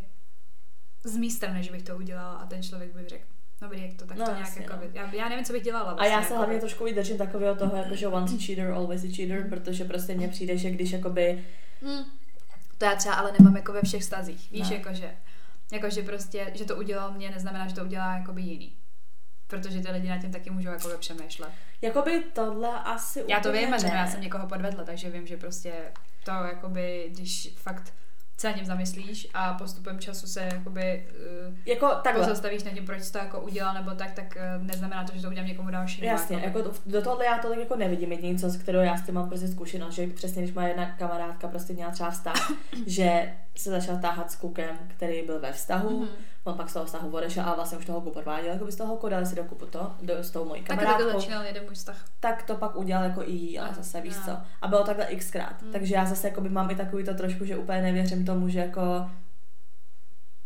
z mý strany, že bych to udělala a ten člověk by řekl, dobrý, jak to tak no, to nějak jako, no. já, já nevím, co bych dělala. Vlastně, a já se jako hlavně by... trošku držím takového toho, jako, že once a cheater, always a cheater, mm. protože prostě mně přijde, že když jakoby... Mm. To já třeba ale nemám jako ve všech vztazích, víš, no. jakože, jakože prostě, že to udělal mě, neznamená, že to udělá jakoby jiný. Protože ty lidi na tím taky můžou jakoby přemýšlet. Jakoby tohle asi já to vím, že já jsem někoho podvedla, takže vím, že prostě to jakoby, když fakt se nad tím zamyslíš a postupem času se jakoby uh, jako pozastavíš nad tím, proč jsi to jako udělal, nebo tak, tak uh, neznamená to, že to udělám někomu dalšímu. Jasně, jako to, do tohohle já to tak jako nevidím, jediný co, s kterou já s tím mám prostě zkušenost, že přesně když má jedna kamarádka prostě měla třeba vztah, že se začala táhat s klukem, který byl ve vztahu, mm-hmm. on pak z toho vztahu odešel a vlastně už toho holku podváděl, jako by z toho holku dali si do kupu to, do, s tou mojí kamarádkou. Tak to začínal jeden můj vztah. Tak to pak udělal jako i jí, ale zase víš no. co. A bylo takhle xkrát. Mm. Takže já zase jako by mám i takový to trošku, že úplně nevěřím tomu, že jako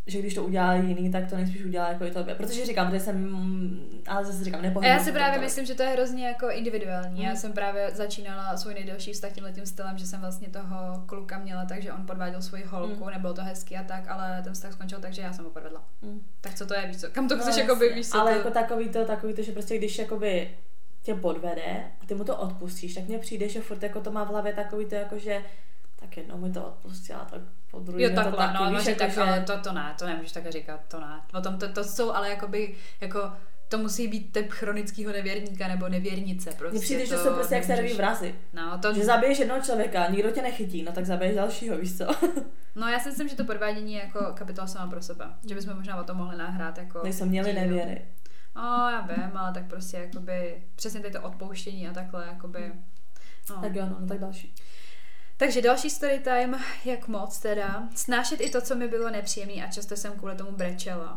že když to udělá jiný, tak to nejspíš udělá jako i tobě. Protože říkám, že jsem, ale zase říkám, nepohybuji. Já si právě myslím, že to je hrozně jako individuální. Mm. Já jsem právě začínala svůj nejdelší vztah tímhletím stylem, že jsem vlastně toho kluka měla tak, že on podváděl svoji holku, mm. nebylo to hezky a tak, ale ten vztah skončil tak, že já jsem ho podvedla. Mm. Tak co to je, víš co? Kam to chceš, no, jakoby, víš co? Ale to... jako takový to, takový to, že prostě když jakoby tě podvede a ty mu to odpustíš, tak mně přijde, že furt jako to má v hlavě takový to jako, že tak jednou mi to odpustila, tak po druhý jo, takhle, to taky, no, víš, jako, tak, že... ale to, to ne, to nemůžeš také říkat, to ne. O tom to, to jsou ale jakoby, jako, to musí být typ chronického nevěrníka nebo nevěrnice. Prostě mně přijde, že jsou prostě jak se rví vrazy. No, to... Že zabiješ jednoho člověka, nikdo tě nechytí, no tak zabiješ dalšího, víš co? No já si myslím, že to podvádění je jako kapitola sama pro sebe. Že bychom možná o tom mohli nahrát jako... Nejsou měli nevěry. No, já vím, ale tak prostě jakoby, přesně tady to odpouštění a takhle, jakoby... No. Tak jo, no, no tak další. Takže další story time, jak moc teda. Snášet i to, co mi bylo nepříjemné a často jsem kvůli tomu brečela.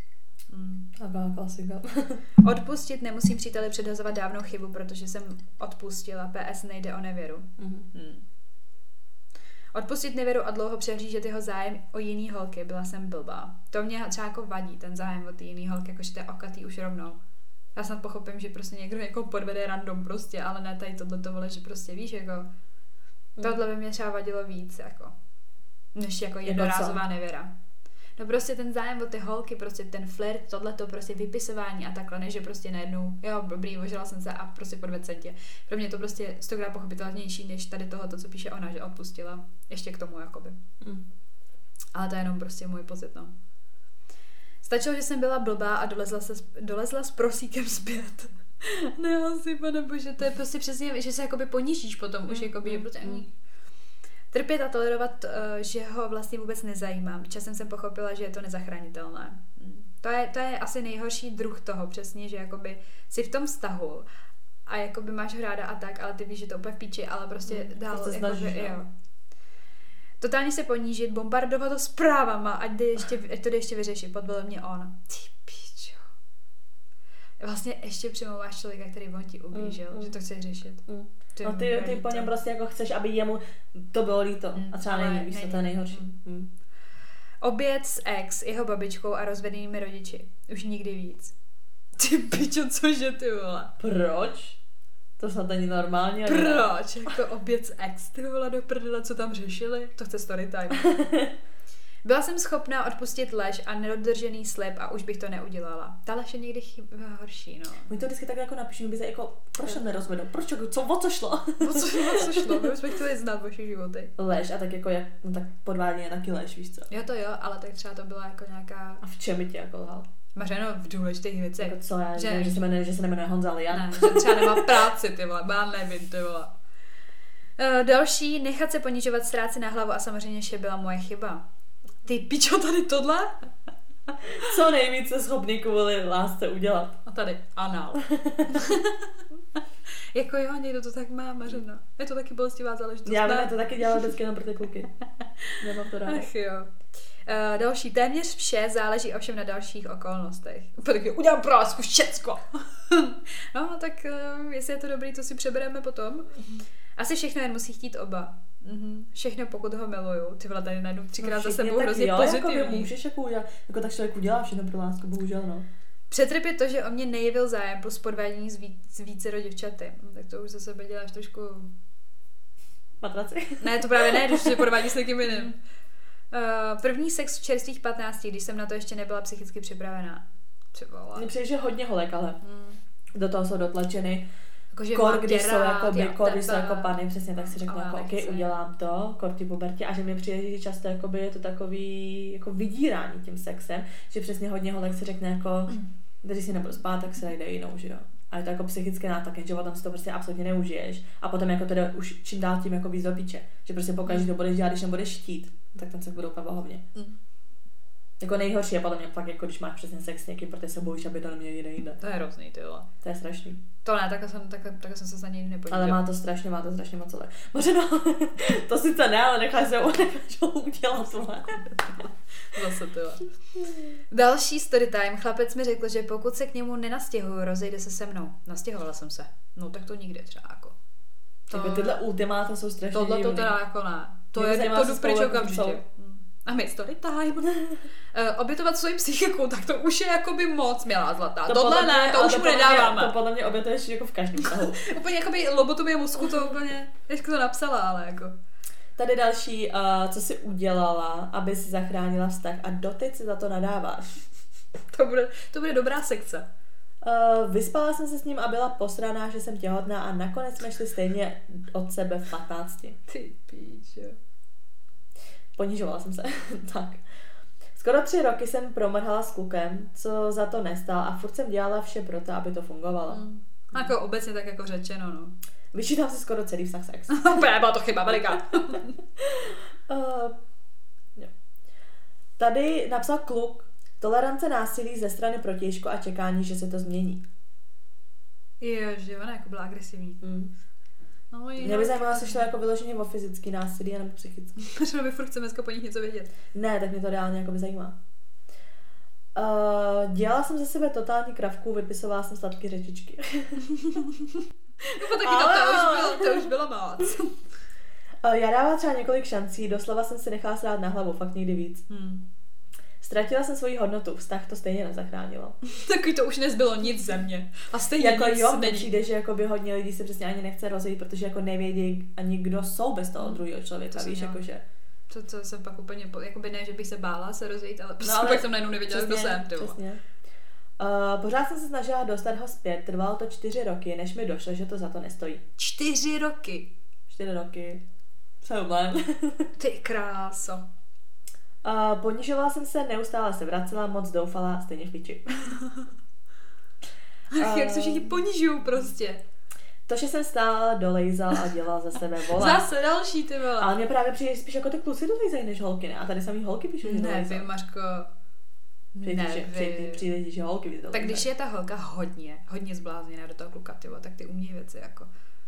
Mm. Taková klasika. Odpustit nemusím příteli předhazovat dávnou chybu, protože jsem odpustila. P S nejde o nevěru. Mm. Hmm. Odpustit nevěru a dlouho přehlížet jeho zájem o jiný holky. Byla jsem blbá. To mě třeba jako vadí, ten zájem o ty jiný holky, jakože to je okatý už rovnou. Já snad pochopím, že prostě někdo jako podvede random prostě, ale ne tady tohleto, vole, že prostě víš, jako... Mm. Tohle by mě třeba vadilo víc, jako, než jako jednorázová nevěra. No prostě ten zájem o ty holky, prostě ten flirt, tohleto prostě vypisování a takhle, než že prostě najednou, jo, dobrý, ožila jsem se a prostě podved se tě. Pro mě to prostě stokrát pochopitelnější, než tady tohoto, co píše ona, že odpustila. Ještě k tomu, jakoby. Mm. Ale to je jenom prostě můj pocit, no. Stačilo, že jsem byla blbá a dolezla, se, dolezla s prosíkem zpět. Ne, asi, pane bože, to je prostě přesně, že se jakoby ponížíš potom, mm, už jakoby, mm, protože mm. Trpět a tolerovat, uh, že ho vlastně vůbec nezajímám. Časem jsem pochopila, že je to nezachránitelné. Mm. To je, to je asi nejhorší druh toho, přesně, že jakoby jsi v tom vztahu a jakoby máš ho ráda a tak, ale ty víš, že to úplně v píči, ale prostě mm, dál, jakoby, snažíš, jo. Totálně se ponížit, bombardovat to zprávama, ať, jde ještě, ať to jde ještě vyřešit, podvedl mě on. Ty pičo. Vlastně ještě přemlouváš člověka, který on ti ublížil, mm, že to chceš řešit. Mm. Ty, no ty, ty po něm prostě jako chceš, aby jemu to bylo líto. Mm, a třeba není, víš, to je nejhorší. Mm. Mm. Oběd s ex, jeho babičkou a rozvedenými rodiči. Už nikdy víc. Ty pičo, cože ty vole? Proč? To snad není normálně. Proč? Jako oběd s ex, ty vole, do prdele, co tam řešili? To chce story time. Byla jsem schopná odpustit lež a nedodržený slib a už bych to neudělala. Ta lež je někdy chyba horší, no. My to vždycky tak jako napíšeme, by se jako, proč to nerozvedou? Proč, co, o co šlo? O co, o co šlo? My bychom chtěli znát vaše životy. Lež a tak jako, jak, no tak podvádění je taky lež, víš co? Jo to jo, ale tak třeba to byla jako nějaká... A v čem by tě jako lhal? Mařeno, v důležitých věcech. Jako co já, že, že, se jmenuje, že se nemenuje Honza Lian. Ne, že třeba nemá práci, ty vole, já nevím, ty vole. Uh, další, nechat se ponižovat, ztráci na hlavu a samozřejmě, že byla moje chyba. Ty pičo, tady tohle? Co nejvíce schopný kvůli lásce udělat? A tady anal. Jako jo, někdo to tak má, Mařeno. Je to taky bolestivá záležitost. Já bych to taky dělala vždycky jenom pro ty kluky. Nemám to ráda. Ach jo. Uh, další, téměř vše záleží ovšem na dalších okolnostech. Taky udělám pro lásku všecko. No, tak uh, jestli je to dobrý, to si přebereme potom. Mm-hmm. Asi všechno jen musí chtít oba. Mm-hmm. Všechno, pokud ho miluju. Ty vole, tady najdu třikrát no za sebou hrozně jo, pozitivní. Jako můžeš jako udělat, jako tak člověk udělá všechno pro lásku, bohužel, no. Přetrpět to, že o mě nejevil zájem plus podvádění z, víc, z vícero děvčaty. Tak to už za sebe děláš trošku... Matraci? Ne, to právě ne, když se podvádí s někým jiným. Uh, první sex v čerstvých patnácti, když jsem na to ještě nebyla psychicky připravená. Třeba. Mně přijde, že hodně holek, ale hmm. do toho jsou dotlačeny. Jako, kor, když jsou jako by, kor, když jsou jako pany, přesně tak si řeknu, jako, ok, udělám to, kor ty pubertě, a že mi přijde, že často jakoby je to takový jako vydírání tím sexem, že přesně hodně holek si řekne jako, mm. když si nebudu spát, tak se najde jinou, že jo. A je to jako psychické nátlak, že potom si to prostě absolutně neužiješ a potom jako teda už čím dál tím jako víc do píče, že prostě pokaždé to budeš dělat, když nebudeš chtít, tak ten sex bude úplně bohovně. Mm. Jako nejhorší je podle mě fakt, jako když máš přesně sex s někým, protože se bojíš, aby to neměl jde jinde. To je hrozný, ty vole. To je strašný. To ne, takhle jsem, takhle, takhle jsem se za něj nepodíval. Ale má to strašně, má to strašně moc ale. Možná, to sice ne, ale necháš se necháš ho udělat tohle. Zase ty. Další story time. Chlapec mi řekl, že pokud se k němu nenastěhuju, rozejde se se mnou. Nastěhovala jsem se. No tak to nikdy třeba jako. To... Tyhle ultimáta jsou strašně tohle to teda jako ne. To je, to jdu pryč okamžitě. A my story time. uh, obětovat svoji psychiku, tak to už je jakoby moc, milá zlatá. To Tohle ne, to už mu nedáváme. To podle mě obětuješ jako v každém vztahu. Úplně jakoby lobotomie mozku, to úplně, jak to napsala, ale jako. Tady další, uh, co jsi udělala, aby si zachránila vztah a doteď si za to nadáváš. To bude, to bude dobrá sekce. Uh, vyspala jsem se s ním a byla posraná, že jsem těhotná a nakonec jsme šli stejně od sebe v patnácti. Ty píčo. Ponižovala jsem se. Tak. Skoro tři roky jsem promrhala s klukem, co za to nestál a furt jsem dělala vše pro to, aby to fungovalo. Mm. Jako obecně tak jako řečeno, no. Vyčítám si skoro celý vztah sex. Úplně byla to chyba veliká. uh, Tady napsal kluk, tolerance násilí ze strany protějšku a čekání, že se to změní. Jo, že ona jako byla agresivní. Mm. No, mě by zajímalo, jestli šlo jako vyloženě o fyzický násilí nebo psychický. Protože by furt chceme po nich něco vědět. Ne, tak mě to reálně jako by zajímá. Uh, dělala jsem ze sebe totální kravku, vypisovala jsem sladké řečičky. No taky to, to, už bylo, to už bylo moc. Uh, já dávala třeba několik šancí, doslova jsem si nechala srát na hlavu, fakt někdy víc. Hmm. Ztratila jsem svoji hodnotu, vztah to stejně nezachránilo. Taky to už nezbylo nic ze mě. A stejně jako nic jo, není. Přijde, že jako by hodně lidí se přesně ani nechce rozejít, protože jako nevědí ani kdo jsou bez toho druhého člověka, to víš, jakože. To, co jsem pak úplně, jakoby ne, že bych se bála se rozejít, ale prostě no, ale pak jsem najednou nevěděla, kdo jsem. Přesně. Uh, pořád jsem se snažila dostat ho zpět, trvalo to čtyři roky, než mi došlo, že to za to nestojí. Čtyři roky? Čtyři roky. Přemlén. Ty kráso. Uh, ponižovala jsem se, neustále se vracela, moc doufala, stejně v piči. uh, Jak se všichni ponižují prostě. To, že jsem stála, dolejzal a dělala za sebe vola. Zase další, ty vole. Ale mě právě přijde spíš jako ty kluci dolejzají než holky, ne? A tady samý holky píšou, že dolejzal. Nevím, Mařko. Nevím. Přijde, že holky víc Tak když je ta holka hodně, hodně zblázněná do toho kluka, tyvo, tak ty umí věci jako.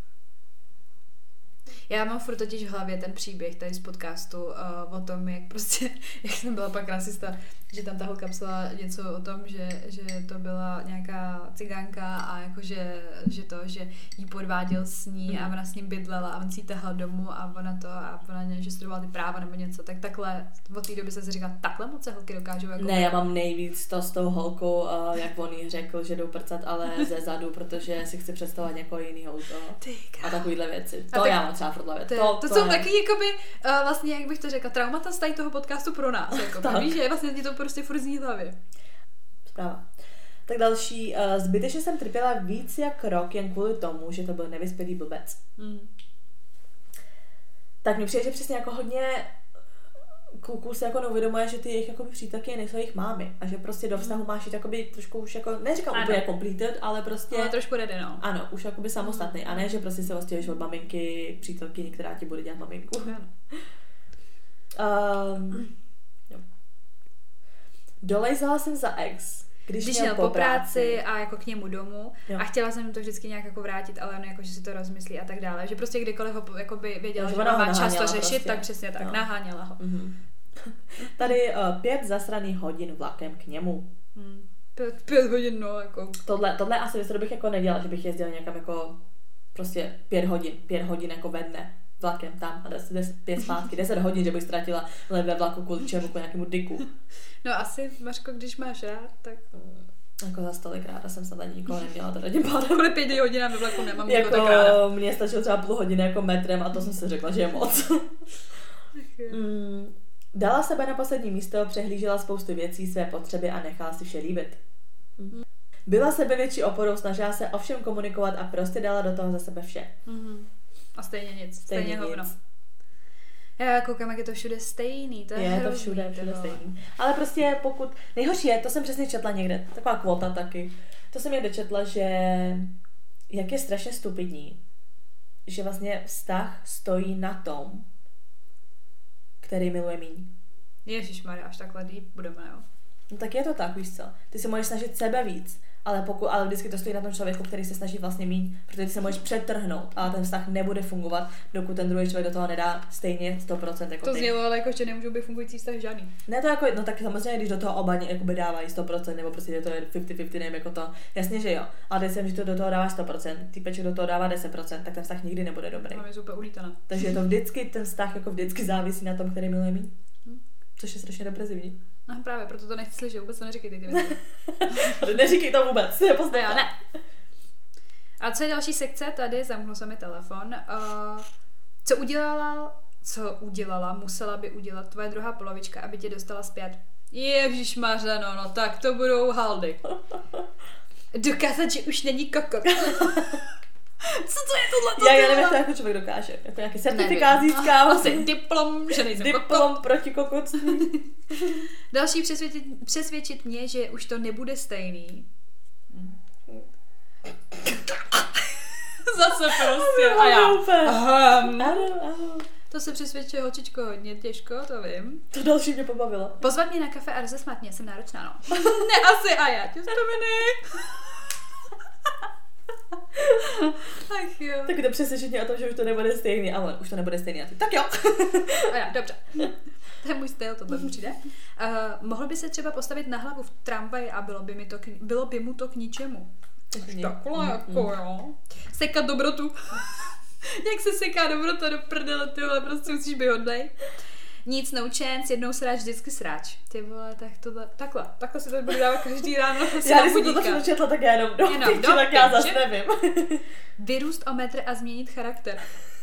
Já mám furt totiž v hlavě ten příběh tady z podcastu uh, o tom, jak prostě, jak jsem byla pak rasista, že tam ta holka psala něco o tom, že, že to byla nějaká cigánka a jakože, že to, že jí podváděl s ní a ona s ním bydlela a on si ji tahal domů a ona to a ona ne, že studovala ty práva nebo něco, tak takhle od té doby jsem si říkala, takhle moc se holky dokážou jako... Ne, já mám nejvíc to s tou holkou, uh, jak on jí řekl, že jdou prcat, ale ze zadu, protože si chce představovat někoho jiného u toho. A takovýhle věci. To tak, já mám třeba furt hlavě. To, to, to, to jsou taky jakoby, uh, vlastně, jak bych to řekla, traumata z tady toho podcastu pro nás. Jako, víš, že vlastně ti to prostě furt zní v hlavě. Zpráva. Tak další. Uh, zbytečně jsem trpěla víc jak rok jen kvůli tomu, že to byl nevyspělý blbec. Mm. Tak mi přijde, že přesně jako hodně kluků se jako neuvědomuje, že ty jejich jakoby přítelky nejsou jejich mámy a že prostě do vztahu máš jít jakoby trošku už jako, neříkám ano. úplně completed, ale prostě... Ale trošku ready, no. Ano, už jakoby samostatný a ne, že prostě se ostěhuješ od maminky, přítelky, která ti bude dělat maminku. um, Dolejzala jsem za ex, když, když měl po práci a jako k němu domů jo. A chtěla jsem to vždycky nějak jako vrátit, ale on jako, že si to rozmyslí a tak dále, že prostě kdykoliv ho jakoby věděla, jo, že má čas to řešit, prostě. Tak přesně tak, no. Naháněla ho. Mm-hmm. Tady uh, pět zasraných hodin vlakem k němu. Hmm. Pět, pět hodin, no, jako. Tohle, tohle asi věc, to bych jako nedělala, že bych jezdila někam jako prostě pět hodin, pět hodin jako ve dne vlakem tam a des, des, pět zpátky, deset hodin, že bych ztratila ve vlaku kvůli čemu, kvůli nějakému diku. No asi, Mařko, když máš rád, tak... Jako za stolik ráda jsem se tady nikoho neměla, teda tím pádem. Kvůli pěti hodinám ve vlaku nemám jako tak ráda. Mně stačilo třeba půl hodiny jako metrem a to jsem si řekla, že je moc. mm, dala sebe na poslední místo, přehlížela spoustu věcí, své potřeby a nechala si vše líbit. Mm. Byla sebevětší oporou, snažila se o všem komunikovat a prostě dala do toho za sebe vše. Mm-hmm. A stejně nic, stejně, stejně hovno. Já koukám, jak je to všude stejný, to je, je hrozný, to všude, všude stejný. Ale prostě pokud, nejhorší je, to jsem přesně četla někde, taková kvota taky, to jsem někde četla, že jak je strašně stupidní, že vlastně vztah stojí na tom, který miluje míň. Ježišmarja, až takhle deep budeme, jo. No tak je to tak, víš co, ty se můžeš snažit sebe víc, ale, pokud, ale vždycky to stojí na tom člověku, který se snaží vlastně míň, protože ty se můžeš přetrhnout, ale ten vztah nebude fungovat, dokud ten druhý člověk do toho nedá stejně sto procent jako to ty. To znělo, ale jako, že nemůžou být fungující vztah žádný. Ne to jako, no tak samozřejmě, když do toho oba jakoby dávají sto procent, nebo prostě to je padesát padesát, nevím jako to, jasně, že jo, ale když že to do toho dáváš sto procent, týpeček do toho dává deset procent, tak ten vztah nikdy nebude dobrý. Máme úplně ulítané. Takže je to vždycky, ten vztah jako vždycky závisí na tom, který miluje míň. Což je strašně depresivní. No právě, proto to nechci slyšet, vůbec to neříkej ty věci. Neříkej to vůbec, je pozdě. Jo, ne. A co je další sekce? Tady zamknul se mi telefon. Uh, co udělala, co udělala, musela by udělat tvoje druhá polovička, aby tě dostala zpět? Ježišmarja, no, no, tak to budou haldy. Dokázat, že už není kokot. Co to je tohle? Já, já nevím, jak to jako člověk dokáže. Jako nějaký certifikát získává. Asi diplom, že nejsem kokot. Diplom proti kokotství. Další přesvědčit, přesvědčit mě, že už to nebude stejný. Zase prostě. A já. Ano, ano. To se přesvědčuje holčičko hodně těžko, to vím. To další mě pobavilo. Pozvat mě na kafe a rozesmát mě, jsem náročná, no. Ne, asi a já tě vzpomeny. Ach jo. Tak to přesvědčení o tom, že už to nebude stejný, ale už to nebude stejný a ty. Tak jo. A já, dobře. To je můj styl, tohle mi přijde. Uh, mohl by se třeba postavit na hlavu v tramvaji a bylo by, mi to k, bylo by mu to k ničemu. Takhle jako jo. Sekat dobrotu. Jak se seká dobrota do prdele, tyhle, prostě musíš být hodnej. Nic, no chance, jednou sráč, vždycky sráč. Ty vole, tak tohle, takhle, takhle si to budu dávat každý ráno. Já když jsem to taky četla, tak já jenom do jenom pěti, tak já zase nevím. Vyrůst o metr a změnit charakter.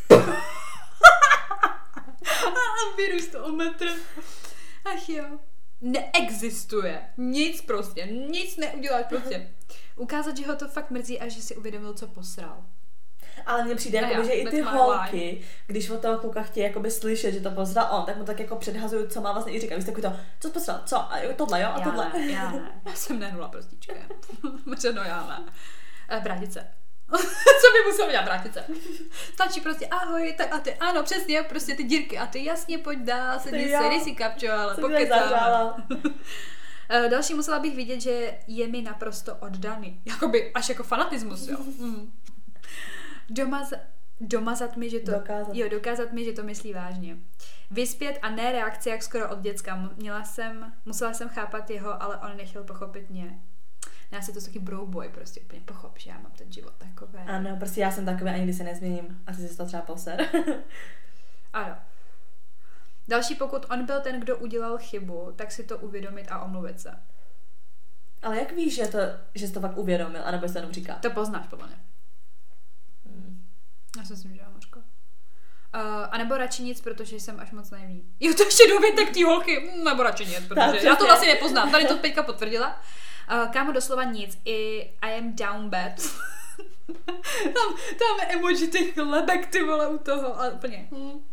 Vyrůst o metr. Ach jo. Neexistuje. Nic prostě, nic neuděláš prostě. Ukázat, že ho to fakt mrzí a že si uvědomil, co posral. Ale mně přijde, jakoby, že i ty holky, life. Když od toho kluka chtějí jakoby slyšet, že to posral on, tak mu tak jako předhazují, co má vlastně i říkat. Víš, takový to, co jsi posral, co, a tohle jo, a já tohle. Ne, já ne, já jsem nehnula prostíčka. Možná no já ne. Vrátit se. Co by musel dělat, vrátit se. Stačí prostě ahoj, tak a ty, ano, přesně, prostě ty dírky a ty jasně pojď dál, sedí se, dej si kapčo, ale pokecáme. Další musela bych vidět, že je mi naprosto oddaný. Jakoby až jako fanatismus, jo. Hmm. Domaz, domazat mi, že to... Dokázat. Jo, dokázat mi, že to myslí vážně. Vyspět a ne reakce, jak skoro od děcka. Měla jsem, musela jsem chápat jeho, ale on nechtěl pochopit mě. Já si to taky brouboy, prostě úplně pochop, že já mám ten život takový. Ano, prostě já jsem takový, ani když se nezměním. Asi si to třeba poser. Ano. Další, pokud on byl ten, kdo udělal chybu, tak si to uvědomit a omluvit se. Ale jak víš, že, to, že jsi to fakt uvědomil, anebo jsi to jenom říká? To poznáš, podle mě. Hmm. Já si myslím, že jo, Mařko. Uh, a nebo radši nic, protože jsem až moc naivní. Jo, to ještě dovětek tý holky. Mm, nebo radši nic, protože já to vlastně nepoznám. Tady to teďka potvrdila. Uh, kámo, doslova nic. I I am down bad. tam, tam emoji těch lebek, ty vole, u toho. Ale úplně. Hmm. Uh,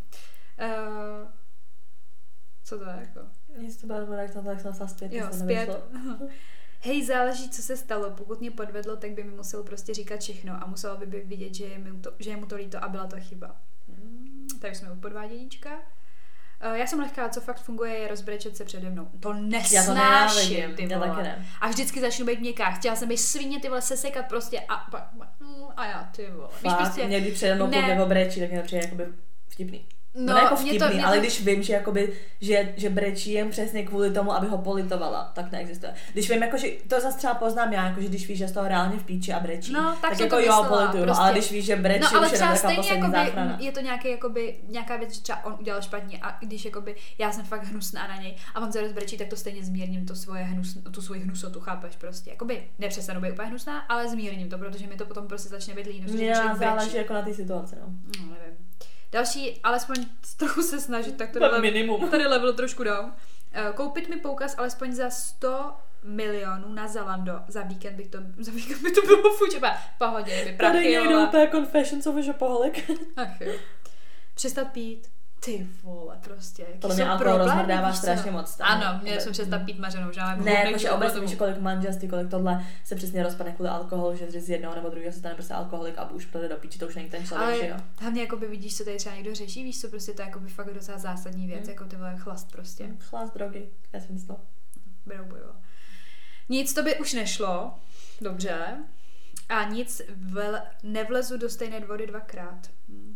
co to je jako? Nic to bylo, tak jsem tak jsem zpět. Jo, zpět. Hej, záleží, co se stalo. Pokud mě podvedlo, tak by mi musel prostě říkat všechno a muselo by, by vidět, že je, mu to, že je mu to líto a byla to chyba. Hmm. Tak jsme u podváděníčka. Uh, já jsem lehká, co fakt funguje, je rozbrečet se přede mnou. To nesnáším, ty vole. Ne. A vždycky začnu být měkká. Chtěla jsem být svině, ty vole, sesekat prostě a, a já, ty vole. Víš, prostě, mě když přede mnou ne... brečí, tak mě to přijde jakoby vtipný. No, no jako vtipný, to, ale to... když vím, že, jakoby, že, že brečí jen přesně kvůli tomu, aby ho politovala, tak neexistuje. Když vím, jako, že to zase třeba poznám já, jako, že když víš, že z toho reálně v píči a brečí, no, tak, tak jako to jo, polituju, prostě. Ale když víš, že brečí, no, ale už je třeba taková poslední jakoby, záchrana. Je to nějaký, jakoby, nějaká věc, že třeba on udělal špatně a když jakoby, já jsem fakt hnusná na něj a on se rozbrečí, tak to stejně zmírním to svoje hnus, tu svoji hnusotu, chápeš prostě. Jakoby nepřestanu být úplně hnusná, ale zmírním to, protože mi to potom prostě začne být líno. Já záleží jako na té situaci, no. No, nevím. Další, alespoň trochu se snažit, tak tady, level, tady level trošku down. Koupit mi poukaz alespoň za sto milionů na Zalando. Za víkend bych to, za víkend by to bylo fuč, pohodě, mi prachy. Tady někdo úplně confessions of a shopaholic. Ach jo. Přestat pít. Ty vole, prostě. Podle mě alkohol rozmrdává strašně moc. Tam, ano, měli jsme přestat pít mařenou, že ne, jakože obecně víš, kolik manželství, kolik tohle se přesně rozpadne kvůli alkoholu, že z jednoho nebo druhého se stane prostě alkoholik a už půjde do píči, to už není ten člověk, že jo. Hlavně jakoby vidíš, co tady třeba někdo řeší, víš co, prostě to je jakoby fakt docela zásadní věc, mm. jako ty vole chlast prostě. Mm, chlast, drogy, já jsem myslel. Berou bojovo. Nic to by už nešlo, dobře, a nic vel, nevlezu do stejné vody dvakrát. Mm.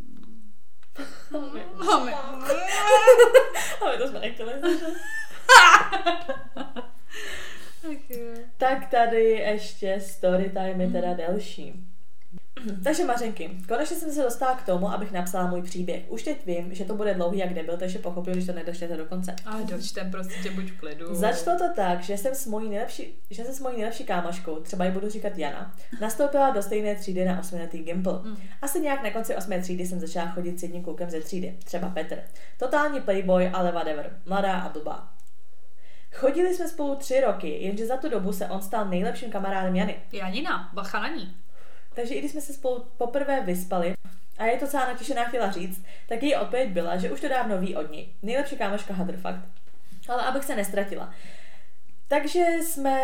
Máme. Ale to jsme nechtěli. Okay. Tak tady ještě story time je teda delší. Takže Mařenky, konečně jsem se dostala k tomu, abych napsala můj příběh. Už teď vím, že to bude dlouhý jak debil, takže pochopím, když to nedočtete do konce. A dočtem, prostě buď v klidu. Začalo to tak, že jsem s mojí nejlepší, že jsem s mojí nejlepší kámoškou, třeba ji budu říkat Jana, nastoupila do stejné třídy na osmiletý Gimple. Mm. Asi nějak na konci osmé třídy jsem začala chodit s jedním klukem ze třídy, třeba Petr. Totální playboy, ale whatever. Mladá a blbá. Chodili jsme spolu tři roky, jenže za tu dobu se on stal nejlepším kamarádem Jany. Janina, bacha na ní. Takže i když jsme se spolu poprvé vyspali, a je to celá natěšená chtěla říct, tak její odpověď byla, že už to dávno ví od ní. Nejlepší kámoška hadr, fakt. Ale abych se nestratila. Takže jsme...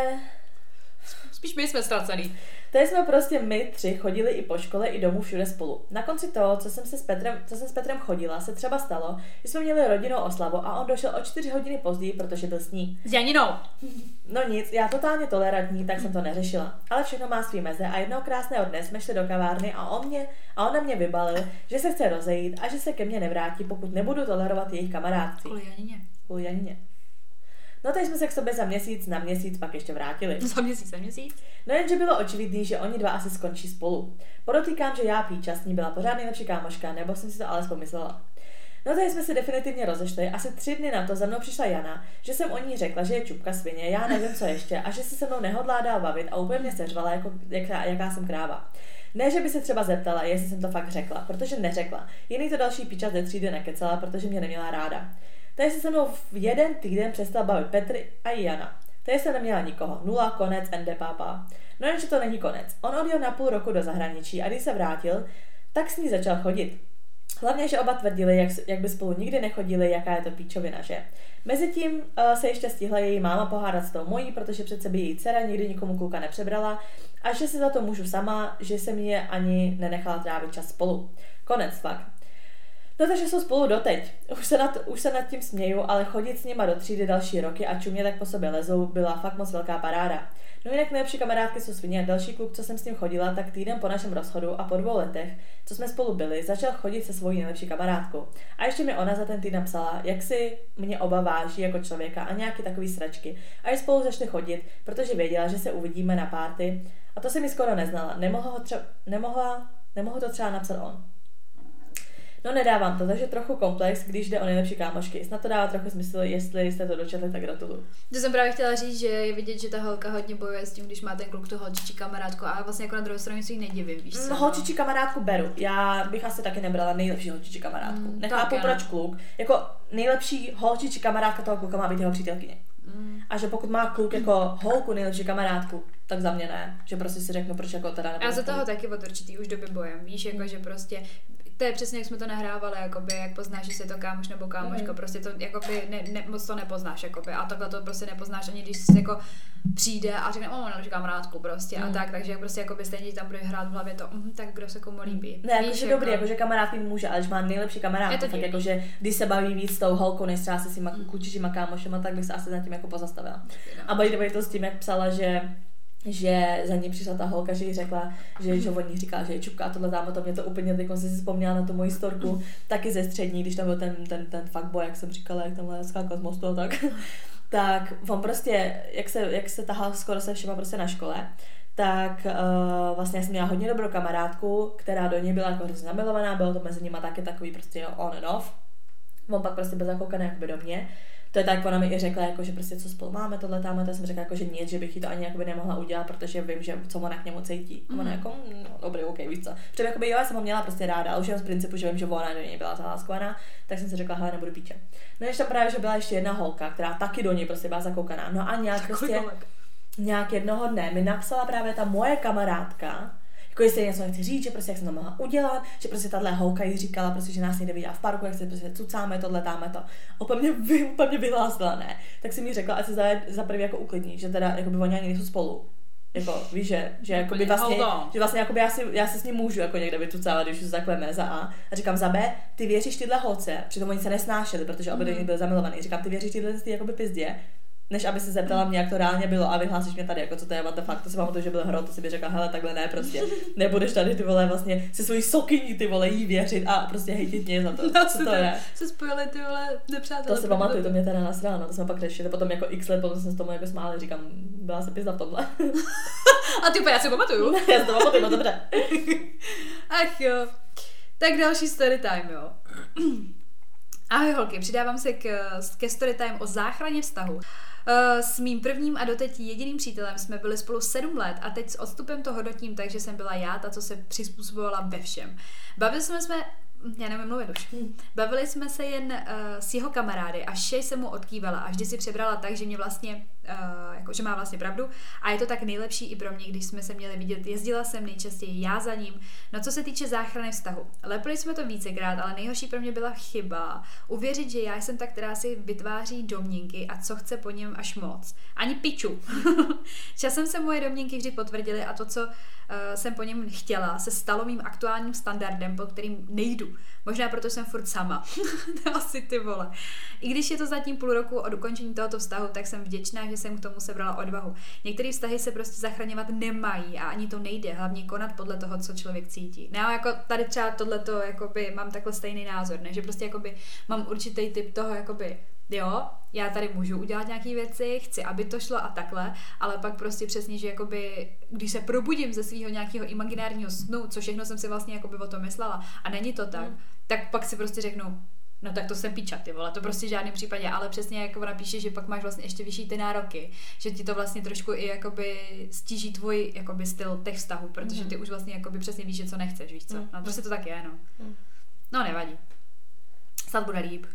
Spíš my jsme ztracený. Tady jsme prostě my tři chodili i po škole, i domů všude spolu. Na konci toho, co jsem, se s Petrem, co jsem s Petrem chodila, se třeba stalo, že jsme měli rodinnou oslavu a on došel o čtyři hodiny později, protože byl s ní. S Janinou. No nic, já totálně tolerantní, tak jsem to neřešila. Ale všechno má svý meze a jednoho krásného dne jsme šli do kavárny a on mě a on na mě vybalil, že se chce rozejít a že se ke mně nevrátí, pokud nebudu tolerovat jejich kamarádky. Kvůli Janině. Kvůli Janině. No teď jsme se k sobě za měsíc na měsíc pak ještě vrátili. Za měsíc na měsíc? No jenže bylo očividný, že oni dva asi skončí spolu. Podotýkám, že já píča s ní byla pořád nejlepší kámoška, nebo jsem si to alespoň myslela. No tady jsme se definitivně rozešli, asi tři dny na to za mnou přišla Jana, že jsem o ní řekla, že je čupka svině, já nevím co ještě, a že se se mnou nehodlá dál bavit a úplně mě seřvala, jako, jaká, jaká jsem kráva. Ne, že by se třeba zeptala, jestli jsem to fakt řekla, protože neřekla. Jiný to další píča ze třídy nekecala, protože mě neměla ráda. Tady se se mnou v jeden týden přestal bavit Petr a Jana. Tady se neměla nikoho. Nula, konec, ende pápa. No jenže to není konec. On odjel na půl roku do zahraničí a když se vrátil, tak s ní začal chodit. Hlavně, že oba tvrdili, jak, jak by spolu nikdy nechodili, jaká je to píčovina, že? Mezitím uh, se ještě stihla její máma pohádat s tou mojí, protože přece by její dcera nikdy nikomu kluka nepřebrala a že si za to můžu sama, že se mi je ani nenechala trávit čas spolu. Konec fakt. No takže jsou spolu doteď. Už se, nad, už se nad tím směju, ale chodit s nima do třídy další roky a čumě tak po sobě lezou byla fakt moc velká paráda. No jinak nejlepší kamarádky jsou svině. Další kluk, co jsem s ním chodila, tak týden po našem rozchodu a po dvou letech, co jsme spolu byli, začal chodit se svojí nejlepší kamarádkou. A ještě mi ona za ten týden napsala, jak si mě oba váží jako člověka a nějaký takový sračky. A i spolu začali chodit, protože věděla, že se uvidíme na párty. A to se mi skoro neznala. Nemohla, ho třeba, nemohla, nemohla to třeba napsat on. No nedávám to, takže trochu komplex, když jde o nejlepší kámošky. Snad to dává trochu smysl, jestli jste to dočetli, tak gratuluju. To jsem právě chtěla říct, že je vidět, že ta holka hodně bojuje s tím, když má ten kluk tu holčičí kamarádku, a vlastně jako na druhou stranu si ji nedivím, víš co? No, holčičí kamarádku beru. Já bych asi taky nebrala nejlepší holčičí kamarádku. Mm, Nechápu proč kluk. Jako nejlepší holčičí kamarádka toho kluka má být jeho přítelkyně. Mm. A že pokud má kluk jako holku nejlepší kamarádku, tak za mě ne. Že prostě si řeknu, proč jako teda nebudu. Já za toho taky od určitý už doby bojem, víš, jako mm. že prostě to je přesně, jak jsme to nahrávali, jakoby, jak poznáš, že je to kámoš nebo kámoška, mm. prostě to jakoby ne, ne, moc to nepoznáš, jakoby, a takhle to prostě nepoznáš ani když si jako přijde a řekne, o, nejlepší kamarádku prostě mm. a tak, takže prostě jakoby stejně tam bude hrát v hlavě to, mm, tak kdo se komu líbí. Ne, jakože jako, dobrý, jakože kamarádky může, ale když má nejlepší kamarádku, tak jakože když se baví víc s tou holkou, než třeba se s těma mm. klučičíma kámošema, tak bych se asi za tím jako pozastavila. A by the way to s tím, jak psala, že že za ní přišla ta holka, že jí řekla, že, že on jí říká, že je čupka a tohle dámo, to mě to úplně teď si vzpomněla na tu moji storku, taky ze střední, když tam byl ten, ten, ten fuckboy, jak jsem říkala, jak tamhle skákal z mostu a tak, tak on prostě, jak se, jak se tahal skoro se všema prostě na škole, tak uh, vlastně jsem měla hodně dobrou kamarádku, která do něj byla jako hrozně zamilovaná, bylo to mezi nimi taky takový prostě on and off. On pak prostě byl zakoukaný jakoby do mě. To je tak, ona mi i řekla, jako, že prostě co spolu máme, tohle tam, to jsem řekla, jako, že nic, že bych jí to ani jakoby nemohla udělat, protože vím, že co ona k němu cítí. A ona jako, no, dobrý, ok, víš co. Protože jakoby, jo, já jsem ho měla prostě ráda, ale už jenom z principu, že vím, že ona do něj byla zaláskovaná, tak jsem si řekla, hele, nebudu píče. No ještě právě, že byla ještě jedna holka, která taky do něj prostě byla zakoukaná. No a nějak prostě, nějak jednoho dne mi napsala právě ta moje kamarádka, jako jestli něco nechci říct, že prostě jak jsem to mohla udělat, že prostě tahle holka jí říkala, prostě, že nás někde viděla v parku, jak se prostě cucáme, tohle, dáme to. Úplně mě, úplně vyhlásila, ne. Tak si mi řekla, ať se za, za prvý jako uklidní, že teda jako by oni ani nejsou spolu. Jako, víš, že, že jako by vlastně, že vlastně jako by já, si, já si s ním můžu jako někde vytucávat, když už zakleme za A. A říkám za B, ty věříš tyhle holce, přitom oni se nesnášeli, protože obě do nich byli zamilovaný. Říkám, ty věříš tyhle ty jakoby pizdě, než aby se zeptala mě, jak to reálně bylo a vyhlásíš mě tady, jako co to je, what the fuck, to si pamatuju, že byl hrot, to si by řekla, hele, takhle ne, prostě, nebudeš tady, ty vole, vlastně se svojí sokyní, ty vole, jí věřit a prostě hejtit mě za to, no, co to je. Se spojili, ty vole, nepřátelé. To si pamatuju, to mě teda nasrálo, to jsme pak řešili, potom jako x let, potom jsem s tomu jako smáli, říkám, byla se pizda v tomhle. A ty úplně, já si pamatuju. Já si to pamatuju, no dobře. Ach jo. Tak další story time, jo. Ahoj holky, přidávám se k, ke story time o záchraně vztahu. S mým prvním a doteď jediným přítelem jsme byli spolu sedm let a teď s odstupem to hodnotím tak, že jsem byla já ta, co se přizpůsobovala ve všem. Bavili jsme jsme Já nevím mluvit už. Bavili jsme se jen uh, s jeho kamarády a šej jsem mu odkývala a vždy si přebrala tak, že mě vlastně, uh, jako, že má vlastně pravdu a je to tak nejlepší i pro mě, když jsme se měli vidět. Jezdila jsem nejčastěji já za ním. No co se týče záchrany vztahu. Lepili jsme to vícekrát, ale nejhorší pro mě byla chyba. Uvěřit, že já jsem ta, která si vytváří domněnky a co chce po něm až moc. Ani piču. Časem se moje domněnky vždy potvrdily a to, co uh, jsem po něm chtěla, se stalo mým aktuálním standardem, po kterým nejdu. Možná proto jsem furt sama. To asi ty vole. I když je to zatím půl roku od ukončení tohoto vztahu, tak jsem vděčná, že jsem k tomu sebrala odvahu. Některé vztahy se prostě zachraňovat nemají a ani to nejde, hlavně konat podle toho, co člověk cítí. No jako tady třeba tohleto, jakoby mám takhle stejný názor, ne? Že prostě jakoby mám určitý typ toho, jakoby jo, já tady můžu udělat nějaké věci, chci, aby to šlo a takhle, ale pak prostě přesně, že jakoby, když se probudím ze svého nějakého imaginárního snu, co všechno jsem si vlastně jakoby o tom myslela a není to tak, mm. tak pak si prostě řeknu, no tak to jsem píča, ty vole, to prostě v žádném případě, ale přesně jako ona píše, že pak máš vlastně ještě vyšší ty nároky, že ti to vlastně trošku i jakoby stíží tvůj jakoby styl těch vztahů, protože ty už vlastně jakoby přesně víš, že co nechceš, víš co, no prostě to tak je, no. No nevadí. Snad bude líp.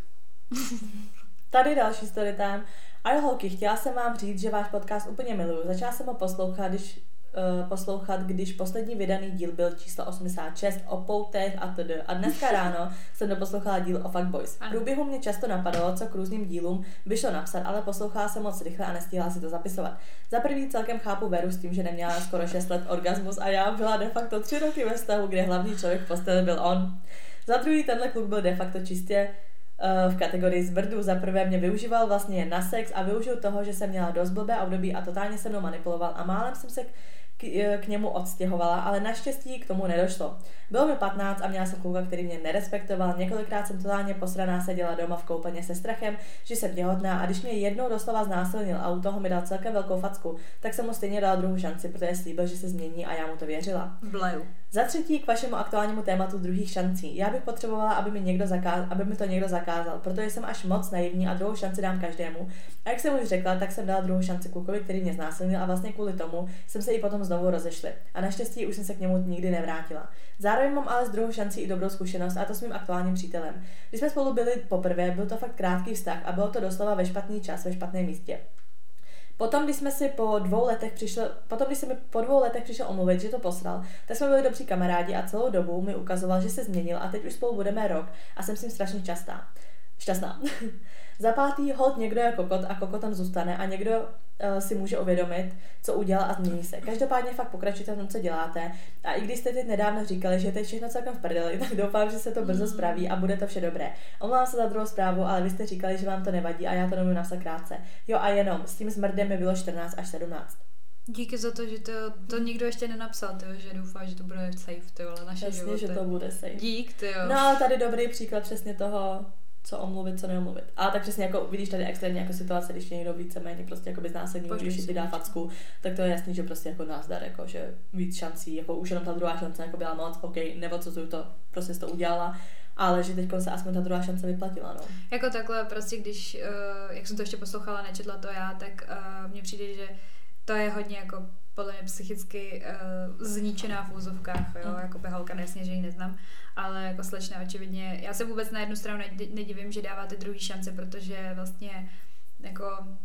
Tady další story time. Ahoj holky, chtěla jsem vám říct, že váš podcast úplně miluju. Začala jsem ho poslouchat, když, uh, poslouchat, když poslední vydaný díl byl číslo osmdesát šest o poutech a td. A dneska ráno jsem doposlouchala díl o Fuckboys. V průběhu mě často napadalo, co k různým dílům by šlo napsat, ale poslouchala jsem moc rychle a nestihla si to zapisovat. Za první celkem chápu Veru s tím, že neměla skoro šest let orgasmus a já byla de facto tři roky ve vztahu, kde hlavní člověk v posteli byl on. Za druhý tenhle kluk byl de facto čistě v kategorii zbrdů. Za prvé mě využíval vlastně jen na sex a využil toho, že jsem měla dost blbé období a totálně se mnou manipuloval a málem jsem se k, k němu odstěhovala, ale naštěstí k tomu nedošlo. Bylo mi patnáct a měla jsem kluka, který mě nerespektoval. Několikrát jsem totálně posraná seděla doma v koupelně se strachem, že jsem těhotná a když mě jednou doslova znásilnil a u toho mi dal celkem velkou facku, tak jsem mu stejně dala druhou šanci, protože slíbil, že se změní a já mu to věřila. Bleju. Za třetí k vašemu aktuálnímu tématu druhých šancí. Já bych potřebovala, aby mi, někdo zakázal, aby mi to někdo zakázal, protože jsem až moc naivní a druhou šanci dám každému. A jak jsem už řekla, tak jsem dala druhou šanci klukovi, který mě znásilnil a vlastně kvůli tomu jsem se i potom znovu rozešli. A naštěstí už jsem se k němu nikdy nevrátila. Zároveň mám ale s druhou šancí i dobrou zkušenost a to s mým aktuálním přítelem. Když jsme spolu byli poprvé, byl to fakt krátký vztah a bylo to doslova ve špatný čas, ve špatném místě. Potom, když jsme si po dvou letech přišel, potom, když se mi po dvou letech přišel omluvit, že to posral, tak jsme byli dobří kamarádi a celou dobu mi ukazoval, že se změnil a teď už spolu budeme rok a jsem s ním strašně častá. Šťastná. Za pátý, holt někdo je kokot a kokotem zůstane a někdo uh, si může uvědomit, co udělal a změní se. Každopádně fakt pokračujte v tom, co děláte a i když jste teď nedávno říkali, že je teď všechno celkem v prdeli, tak doufám, že se to brzo spraví a bude to vše dobré. Omlouvám se za druhou zprávu, ale vy jste říkali, že vám to nevadí a já to nemůžu napsat krátce. Jo a jenom, s tím smrdem mi bylo čtrnáct až sedmnáct. Díky za to, že to, to nikdo ještě nenapsal, tyjo, že doufám, že to bude safe, tyjo, naše Jasně, životy. že to bude safe. Dík, tyjo. No ale tady dobrý příklad přesně toho, co omluvit, co neomluvit. A tak přesně jako vidíš tady extrémně jako situace, když někdo víceméně prostě jako znásilní, když ti dá facku, tak to je jasný, že prostě jako názdar, jako že víc šancí, jako už jenom ta druhá šance jako byla moc, ok, neodsuzuju to, prostě jsi to udělala, ale že teď se aspoň ta druhá šance vyplatila, no. Jako takhle prostě, když, uh, jak jsem to ještě poslouchala, nečetla to já, tak uh, mně přijde, že to je hodně jako podle mě psychicky uh, zničená v úzovkách, jo, mm. jako holka, jasně, že ji neznám, ale jako slečna očividně, já se vůbec na jednu stranu nedivím, že dáváte druhý šance, protože vlastně jako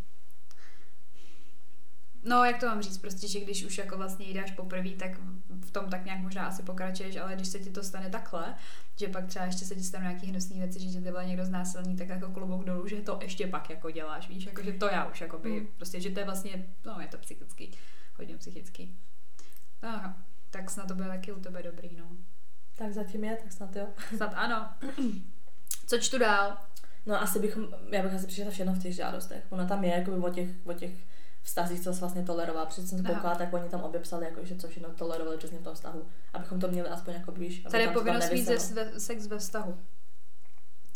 no, jak to mám říct, prostě, že když už jako vlastně jí dáš poprvé, tak v tom tak nějak možná asi pokračuješ, ale když se ti to stane takhle, že pak třeba ještě se ti stanou nějaký hnusný věci, že tě tyhle někdo znásilní, tak jako klobouk dolů, že to ještě pak jako děláš, víš, jako že to já už jakoby, mm. prostě, že to je vlastně, no je to psychický, hodně psychický. Aha, tak snad to bude taky u tebe dobrý, no. Tak zatím je, tak snad jo. Snad ano. Co čtu dál? No asi bychom, já bych asi přišla všechno v těch žádostech. Ona tam je jako o těch, o těch vztazích, co se vlastně tolerovala. Protože jsem koukala, tak oni tam obepsali, jako, že co všechno tolerovali přesně v tom vztahu. Abychom to měli aspoň jako víš. Tady je povinnost mít ze, sex ve vztahu.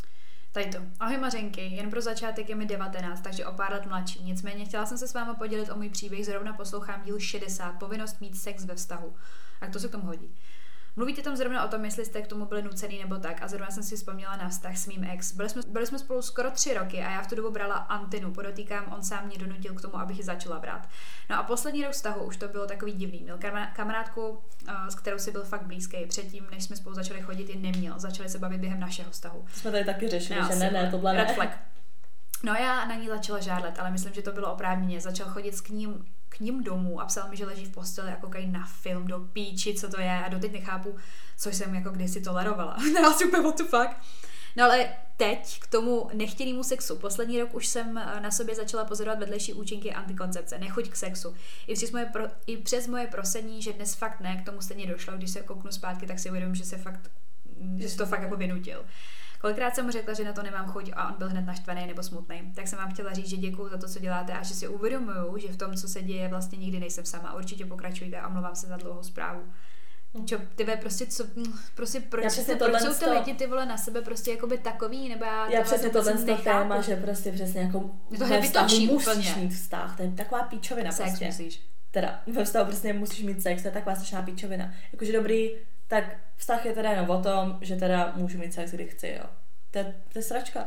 Tady to. Ahoj Mařenky, jen pro začátek je mi devatenáct, takže o pár let mladší. Nicméně chtěla jsem se s váma podělit o můj příběh, zrovna poslouchám díl šedesát, povinnost mít sex ve vztahu. A to se k tomu hodí. Mluvíte tam zrovna o tom, jestli jste k tomu byli nucený nebo tak a zrovna jsem si vzpomněla na vztah s mým ex. Byli jsme, byli jsme spolu skoro tři roky a já v tu dobu brala Antinu, podotýkám, on sám mě donutil k tomu, abych ji začala brát. No a poslední rok vztahu už to bylo takový divný. Měl kamarádku, s kterou si byl fakt blízký. Předtím, než jsme spolu začali chodit, ji neměl. Začali se bavit během našeho vztahu. Jsme tady taky řešili, že ne, ne, tohle ne. Red flag. No já na ní začala žádlet, ale myslím, že to bylo oprávněně. Začal chodit s k ním k ním domů a psal mi, že leží v posteli a koukají na film do píči, co to je a doteď nechápu, co jsem jako kdysi tolerovala. Já si úplně what the fuck. No ale teď k tomu nechtěnému sexu. Poslední rok už jsem na sobě začala pozorovat vedlejší účinky antikoncepce, nechuť k sexu. I přes moje, pro, i přes moje prosení, že dnes fakt ne, k tomu stejně došlo. Když se kouknu zpátky, tak si uvědomím, že se fakt, že se to fakt jako vynutil. Kolikrát jsem mu řekla, že na to nemám chuť a on byl hned naštvaný nebo smutný. Tak jsem vám chtěla říct, že děkuju za to, co děláte a že si uvědomuju, že v tom, co se děje, vlastně nikdy nejsem sama. Určitě pokračujte a omlouvám se za dlouhou zprávu. Hmm. Čo, ty ve, prostě, co, prostě proč, se, proč jsou ty lidi ty vole na sebe prostě jakoby takový, nebo já... Já přesně tohle to téma, že prostě přesně jako to ve vztahu musíš mít vztah, to je taková píčovina sex prostě. Musíš. Teda ve vztahu prostě musíš mít sex, to je taková strašná píčovina. Jakože dobrý, tak vztah je teda jenom o tom, že teda můžu mít sex, kdy chci, jo. To je, to je sračka.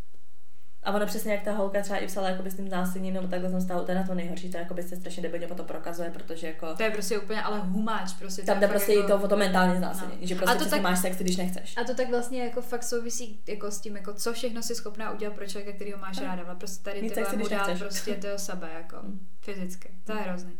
A ono přesně jak ta holka třeba i psala jakoby s tím násilím nebo takhle tom stavu, to je na to nejhorší, to jakoby se strašně debilně potom prokazuje, protože jako... To je prostě úplně ale humáč, prostě. Tam jde prostě jako... i to o to mentální znásilnění, no. Že prostě přesně tak... máš sex, když nechceš. A to tak vlastně jako fakt souvisí jako s tím, jako co všechno si schopná udělat pro člověka, kterýho máš no. ráda, ale prostě tady ty mu dát prostě toho sebe, jako mm. fyzicky, to je hrozný.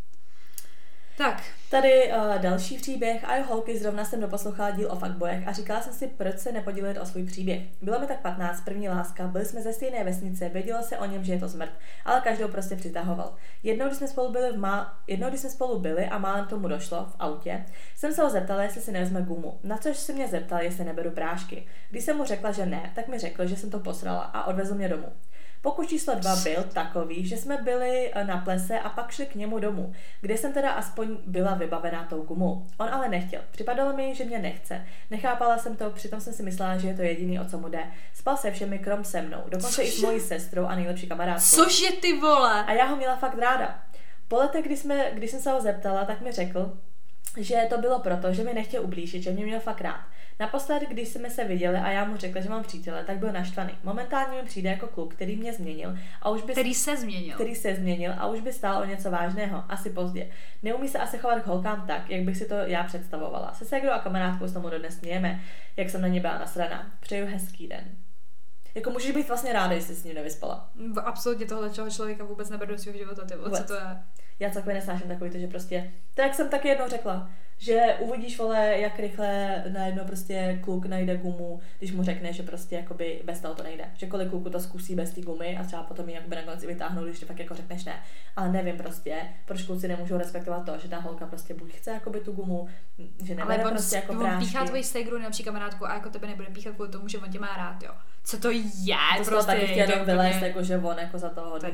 Tak. Tady uh, další příběh. A jo, holky, zrovna jsem doposlouchala díl o fuckboyech a říkala jsem si, proč se nepodílet o svůj příběh. Bylo mi tak patnáct, první láska, byli jsme ze stejné vesnice, vědělo se o něm, že je to smrt, ale každou prostě přitahoval. Jednou, když jsme spolu byli, v má... Jednou, když jsme spolu byli a málem tomu došlo v autě, jsem se ho zeptala, jestli si nevezme gumu. Na což se mě zeptal, jestli neberu prášky. Když jsem mu řekla, že ne, tak mi řekl, že jsem to posrala a odvezl mě domů. Pokus číslo dva byl takový, že jsme byli na plese a pak šli k němu domů, kde jsem teda aspoň byla vybavená tou gumou. On ale nechtěl. Připadalo mi, že mě nechce. Nechápala jsem to, přitom jsem si myslela, že je to jediný, o co mu jde. Spal se všemi krom se mnou, dokonce Cože? i s mojí sestrou a nejlepší kamarádkou. Cože ty vole? A já ho měla fakt ráda. Po letech, když, jsme, když jsem se ho zeptala, tak mi řekl, že to bylo proto, že mi nechtěl ublížit, že mě měl fakt rád. Naposledy, když jsme se viděli a já mu řekla, že mám přítele, tak byl naštvaný. Momentálně mi přijde jako kluk, který mě změnil a už by který se změnil. Který se změnil a už by stál o něco vážného, asi pozdě. Neumí se asi chovat k holkám tak, jak bych si to já představovala. Se ségrou a kamarádkou s tomu dodnes smějeme, jak jsem na ně byla nasraná. Přeju hezký den. Jako můžeš být vlastně ráda, jestli s ním nevyspala. Absolutně tohle člověka vůbec neberu do svého života, ty vole, co to je. Já celkově nesnáším takový to, že prostě, tak jak jsem taky jednou řekla, že uvidíš, vole, jak rychle najednou prostě kluk najde gumu, když mu řekne, že prostě jakoby bez toho to nejde. Že kolik kluku to zkusí bez té gumy a třeba potom ji jakoby nakonec vytáhnou, když ty fakt jako řekneš ne. Ale nevím prostě, proč kluci nemůžou respektovat to, že ta holka prostě buď chce jakoby tu gumu, že nebere prostě jako prášky. Ale on píchá tvoji stejgru nejlepší kamarádku a jako tebe nebude píchat kvůli tomu, že on tě má rád, jo. Co to je? To prostě taky chtěl vylézt, jako že on jako za toho hodně.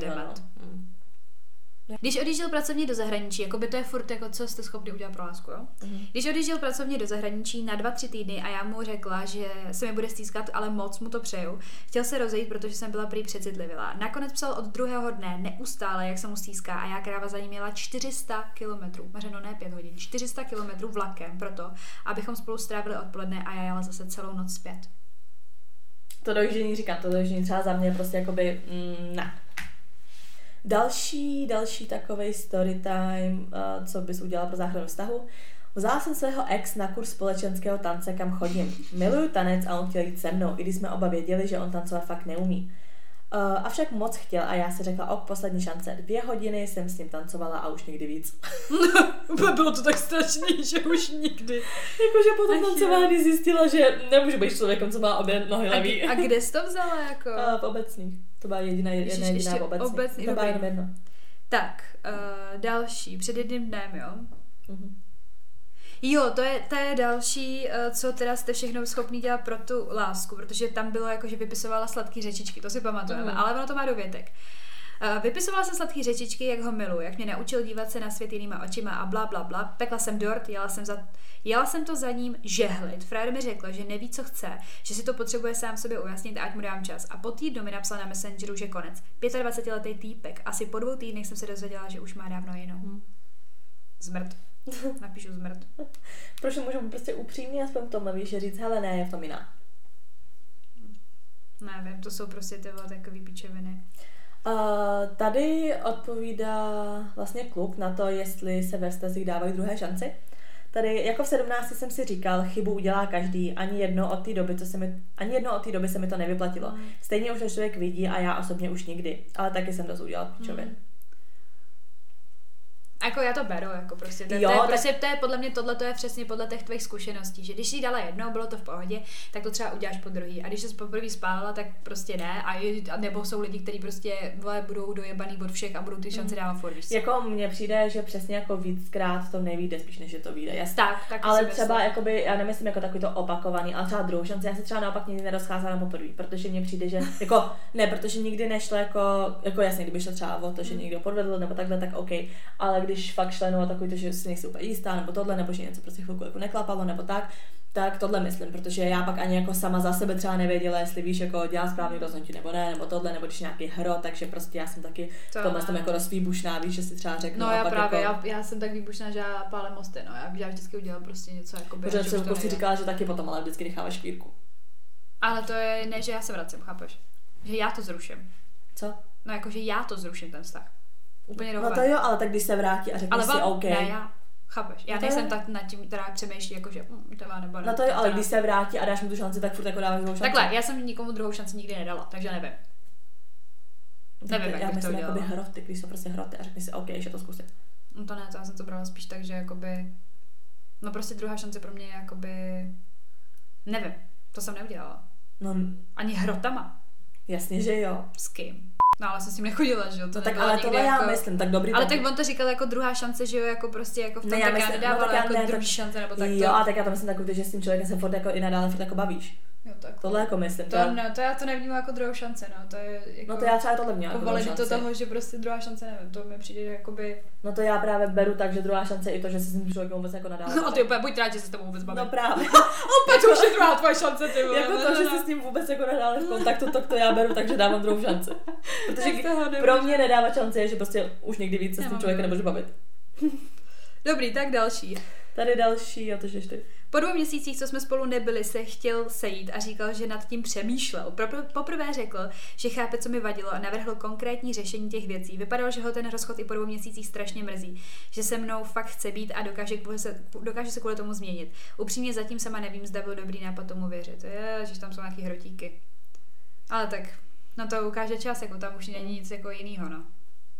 Když odjížděl pracovně do zahraničí, jako by to je furt jako co jste schopni udělat pro lásku, jo? Mm-hmm. Když odjížděl pracovně do zahraničí na dva, tři týdny a já mu řekla, že se mi bude stýskat, ale moc mu to přeju, chtěl se rozejít, protože jsem byla prý přecitlivila. Nakonec psal od druhého dne neustále, jak se mu stýská a já kráva za ním jela čtyři sta kilometrů, Mařeno, ne pět hodin, čtyři sta kilometrů vlakem proto, abychom spolu strávili odpoledne a já jela zase celou noc zpět. To dojíždění říkám, to dojíždění třeba za mě prostě jakoby, mm, ne. Další, další takovej story time, uh, co bys udělala pro záchranu vztahu. Vzala jsem svého ex na kurz společenského tance, kam chodím. Miluju tanec a on chtěl jít se mnou, i když jsme oba věděli, že on tancovat fakt neumí. Uh, avšak moc chtěl a já si řekla, ok, poslední šance. Dvě hodiny jsem s ním tancovala a už nikdy víc. Bylo to tak strašný, že už nikdy. Jakože po tom tancování zjistila, že nemůže být člověkem, co má obě nohy levý. A, a kde jsi to vzala? Jako? Uh, v obecných. To byla jediná, jedna jediná v obecných. Obecný, to byla jenom jedno. Tak, uh, další. Před jedným dnem, jo? Uh-huh. Jo, to je, to je další, co teda jste všechno schopný dělat pro tu lásku, protože tam bylo jako, že vypisovala sladký řečičky, to si pamatujeme, mm. ale ono to má dovětek. Uh, vypisovala jsem sladký řečičky, jak ho miluji, jak mě naučil dívat se na svět jinýma očima a bla bla bla. Pekla jsem dort, jela jsem, za, jela jsem to za ním žehlit. Frajer mi řekl, že neví, co chce, že si to potřebuje sám sobě ujasnit a ať mu dám čas. A po týdnu mi napsal na Messengeru, že konec. dvacetiletý týpek. Asi po dvou týdnech jsem se dozvěděla, že už má dávno jinou. Hmm. Zmrt. Napíšu zmrt. Proč můžu být prostě upřímně aspoň v tomhle, víš, že říct, hele ne, je v tom jiná. Nevím, to jsou prostě tyhle takový píčeviny. Uh, tady odpovídá vlastně kluk na to, jestli se ve vztazích dávají druhé šanci. Tady jako v sedmnácti jsem si říkal, chybu udělá každý, ani jedno od té doby, co se mi, ani jedno od té doby se mi to nevyplatilo. Mm. Stejně už to člověk vidí a já osobně už nikdy, ale taky jsem dost udělal píčovin. Mm. Jako já to beru, jako prostě, to, jo, to, je, tak... prostě to je podle mě, tohle to je přesně podle těch tvých zkušeností, že když jsi dala jednou, bylo to v pohodě, tak to třeba uděláš po druhý, a když jsi poprvé spálila, tak prostě ne, a, je, a nebo jsou lidi, kteří prostě vole, budou dojebaný od všech a budou ty šance dávat furt, víš co? Jako mně přijde, že přesně jako víckrát to nevíde, spíš než že to vyjde, jasně. Tak, tak ale třeba jakoby, já nemyslím jako takový to opakovaný, ale třeba druhou šanci, já se třeba naopak nikdy nerozcházela na poprvé, protože mně přijde, že jako ne, protože nikdy nešlo jako, jako jasně, kdyby šlo třeba o to, že někdo podvedl nebo takhle, tak OK, ale když fakt šlo takový to, že si nejsi úplně jistá, nebo tohle, nebo že něco prostě chvilku jako neklapalo, nebo tak, tak tohle myslím, protože já pak ani jako sama za sebe třeba nevěděla, jestli víš, jako dělá správný rozhodnutí nebo ne, nebo tohle, nebo když nějaký hro, takže prostě já jsem taky to tomhle jsem jako dost výbušná, víš, že si třeba řeknu. No já pak právě, jako... já, já, jsem tak výbušná, že já pálem mosty, no, já, já vždycky udělám prostě něco jako by. Protože jsem si říkala, že taky potom, ale vždycky necháváš škvírku. Ale to je, ne, že já se vracím, chápeš? Že já to zruším. Co? No jako, že já to zruším, ten vztah. Úplně doufám. No to jo, ale tak když se vrátí a řekne si OK. Ne, já, chápeš, já no nejsem tak nad tím, která přemýšlí, jako že hm, to má nebo ne. No to jo, ale když se vrátí a dáš mu tu šanci, tak furt jako dáváš druhou šanci. Takhle, já jsem nikomu druhou šanci nikdy nedala, takže nevím. Nevím, jak já bych myslím, to jakoby hroty, když jsou prostě hroty a řekni si OK, ještě to zkusit. No to ne, to já jsem to brala spíš tak, že jakoby, no prostě druhá šance pro mě je jakoby, nevím, to jsem neudělala. No. Ani hrotama. Jasně, že jo. S kým? No ale jsem s tím nechodila, že jo? To no, tak ale tohle jako... já myslím, tak dobrý. Ale tak... tak on to říkal jako druhá šance, že jo, jako prostě jako v tom, ne, tak já, já nedávala no, tak jako ne, druhý tak... šance, nebo tak jo, to. Jo, a tak já to myslím takový, že s tím člověkem se furt jako i nadále furt jako bavíš. Jo, tak. Tohle jako myslím. To, to, ne, to já to nevnímám jako druhou šanci, no, to je jako... No to já třeba tohle vnímám jako druhou šanci. to toho, že prostě druhá šance, nevím, to mi přijde, že jakoby... No to já právě beru tak, že druhá šance je i to, že se s tím člověkem vůbec jako nadále. No a ty úplně buď rád, že se s tebou vůbec baví. No právě. Opět už je druhá tvoje šance, ty vole. Jako to, že se s ním vůbec jako nadále v kontaktu, tak to já beru tak, že dávám druhou šanci. Protože pro mě nedávat šanci je, že prostě už někdy víc se s tím člověkem nebudeš bavit. Dobrý, tak další. Tady další, a to že ty. Po dvou měsících, co jsme spolu nebyli, se chtěl sejít a říkal, že nad tím přemýšlel. Poprvé řekl, že chápe, co mi vadilo a navrhl konkrétní řešení těch věcí. Vypadalo, že ho ten rozchod i po dvou měsících strašně mrzí, že se mnou fakt chce být a dokáže, se, dokáže se kvůli tomu změnit. Upřímně zatím sama nevím, zda byl dobrý nápad tomu věřit. Je, že tam jsou nějaký hrotíky. Ale tak, no to ukáže čas, jako tam už není nic jako jinýho, no.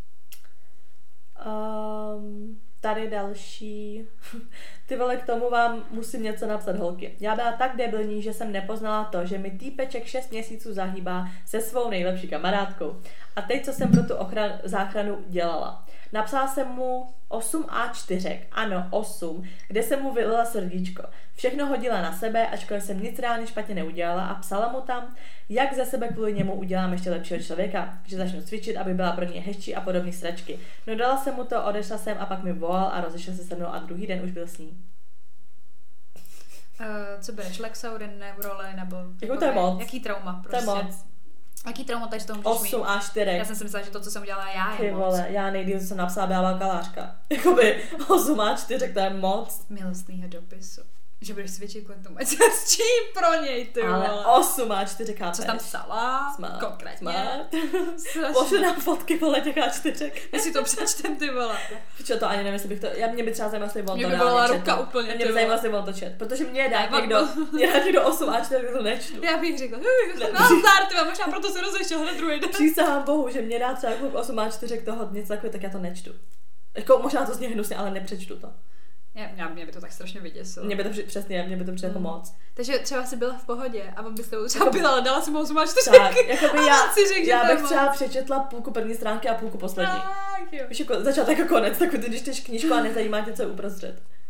Um... Tady další. Ty vole, k tomu vám musím něco napsat, holky. Já byla tak debilní, že jsem nepoznala to, že mi týpeček šest měsíců zahýbá se svou nejlepší kamarádkou. A teď, co jsem pro tu ochran- záchranu dělala. Napsala jsem mu osm á čtyři, ano, osm, kde jsem mu vylila srdíčko. Všechno hodila na sebe, ačkoliv jsem nic reálně špatně neudělala a psala mu tam, jak ze sebe kvůli němu udělám ještě lepšího člověka, že začnu cvičit, aby byla pro mě hezčí a podobné sračky. No dala jsem mu to, odešla jsem a pak mi volal a rozešel se se mnou a druhý den už byl s ní. Uh, co bereš, Lexaurin, Neurole, nebo... Jako to je moc. Jaký trauma prostě? To je moc. Jaký trauma tady z toho můžeš mít? osm á čtyři. Já jsem si myslela, že to, co jsem udělala já, je Ty moc. vole, já nejdýl, co jsem napsala, byla velká láška. Jakoby osm á čtyři, to je moc. Milostnýho dopisu. Že budeš cvičit kvůli tomu, s čím pro něj, ty vole. Ale osm á čtyři, chápeš? Co tam psala? Smart. Konkrétně. Smart. Pošli nám fotky, vole, těch á čtyři. Já si to přečtem, ty vole. Čo to ani nevím, jestli bych to, já mě by třeba zajímalo, jestli on to mě by byla ruka úplně, mě by zajímalo, jestli on to čet, protože mě dá někdo, mě dá někdo osm á čtyři, to nečtu. Já bych řekla, nazdar, ty možná proto se rozešel hned druhý den. Přísahám bohu, že mě dá třeba kluk osm á čtyři k toho něco takové, tak já to nečtu. Jako možná to zní hnusně, ale nepřečtu to. Já, mě by to tak strašně vyděsilo. Mě by to přesně, mě by to přijde jako moc. Takže třeba si byla v pohodě a on by s tebou třeba byla, ale dala si mu osm á čtyři. Tak, jakoby já, si řek, já bych třeba přečetla půlku první stránky a půlku poslední. Tak, jo. Víš, jako začátek jako konec, tak když čteš knížku a nezajímá tě, co je uprostřed.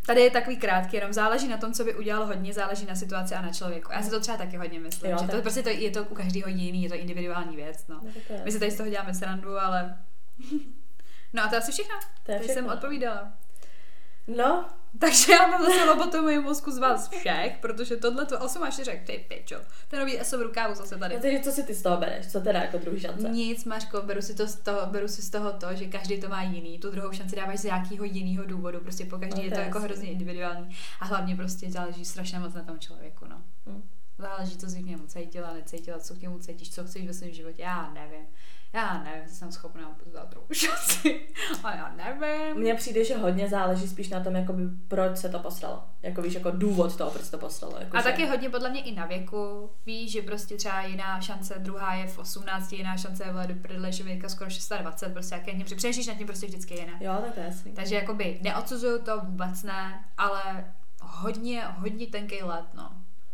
Tady je takový krátký, jenom záleží na tom, co by udělal hodně, záleží na situaci a na člověku. Já si to třeba taky hodně myslím, jo, že to tak. Prostě to, je to u každého jiný, je to individuální věc, no. no to My si tady z toho děláme srandu, ale... No a to asi všechno. To je všechno. Jsem odpovídala. No. Takže já mám zase lobotomii mozku z vás všech, protože tohle to osm až řekl, ty pičo. Ten nový eso v rukávu zase tady. No, takže co si ty z toho bereš? Co teda jako druhý šance? Nic, Mařko, beru si, to z toho, beru si z toho to, že každý to má jiný. Tu druhou šanci dáváš z jakého jiného důvodu. Prostě po každý no, je to jako hrozně individuální. A hlavně prostě záleží strašně moc na tom člověku, no. Hmm. Záleží, co jsi k němu cítila, necítila, co k němu cítíš, co chceš ve svém životě. Já nevím. Já nevím, jestli jsem schopná dát druhou šanci. A já nevím. Mně přijde, že hodně záleží spíš na tom, jakoby, proč se to posralo. Jako víš, jako důvod toho, proč se to posralo. Jako a že... taky hodně podle mě i na věku. Víš, že prostě třeba jiná šance, druhá je v osmnácti, jiná šance je do prdele, že mi skoro dvacet šest, prostě jaké něm přemýšlíš nad tím prostě vždycky jiné. Jo, tak to je jasný. Takže jakoby neodsuzuju to vůbec ne, ale hodně, hodně tenkej let, no.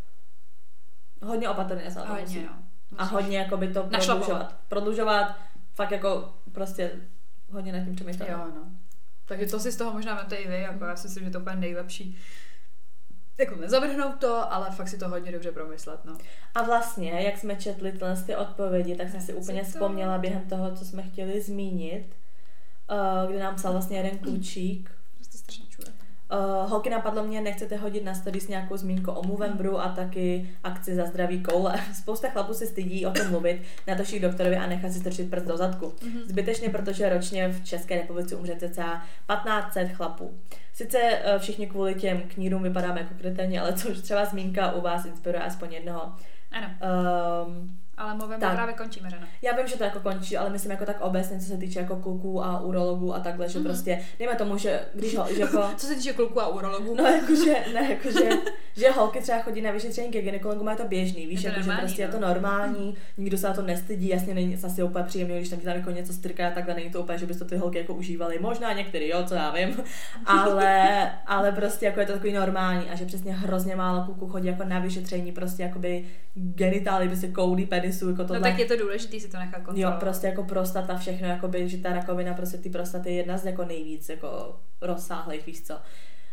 Hodně opatrně se hodně, musí. Jo. A hodně jakoby to prodlužovat. Prodlužovat, fakt jako prostě hodně nad tím přemýšlet. Jo, no. Takže to si z toho možná máte i vy, jako já si myslím, že to úplně nejlepší. Jako nezavrhnout to, ale fakt si to hodně dobře promyslet, no. A vlastně, jak jsme četli tyhle ty odpovědi, tak jsem si úplně to... vzpomněla během toho, co jsme chtěli zmínit, uh, kdy nám psal vlastně jeden klučík. Prostě strašně čuje. Uh, holky, napadlo mě, nechcete hodit na stories nějakou zmínku o Movembru a taky akci za zdravý koule. Spousta chlapů se stydí o tom mluvit, natočí k doktorovi a nechat si strčit prst do zadku. Mm-hmm. Zbytečně, protože ročně v České republice umře cca patnáct set chlapů. Sice uh, všichni kvůli těm knírům vypadáme jako kreténi, ale co už třeba zmínka u vás inspiruje aspoň jednoho. Ano. Um, Ale mluvím, právě končíme, Řeno. Já vím, že to jako končí, ale myslím jako tak obecně, co se týče jako kluků a urologů a takhle, že mm-hmm. prostě, dejme tomu, že když ho, že jako... Co se týče kluků a urologů? No jakože, ne, jakože, že holky třeba chodí na vyšetření ke gynekologu, je to běžný, víš, jako, že prostě no. Je to normální, mm. nikdo se na to nestydí, jasně není asi úplně příjemný, když tam ti tam jako něco strká, takhle není to úplně, že bys to ty holky jako užívaly, možná některý, jo, co já vím, ale, ale prostě jako je to takový normální a že přesně hrozně málo kluků chodí jako na vyšetření, prostě jakoby genitály, prostě koulí, penisu, jako tohle. No tak je to důležitý si to nechat kontrolovat. Jo, prostě jako prostata, všechno, jakoby, že ta rakovina, prostě ty prostaty je jedna z jako nejvíc jako rozsáhlých, víš co.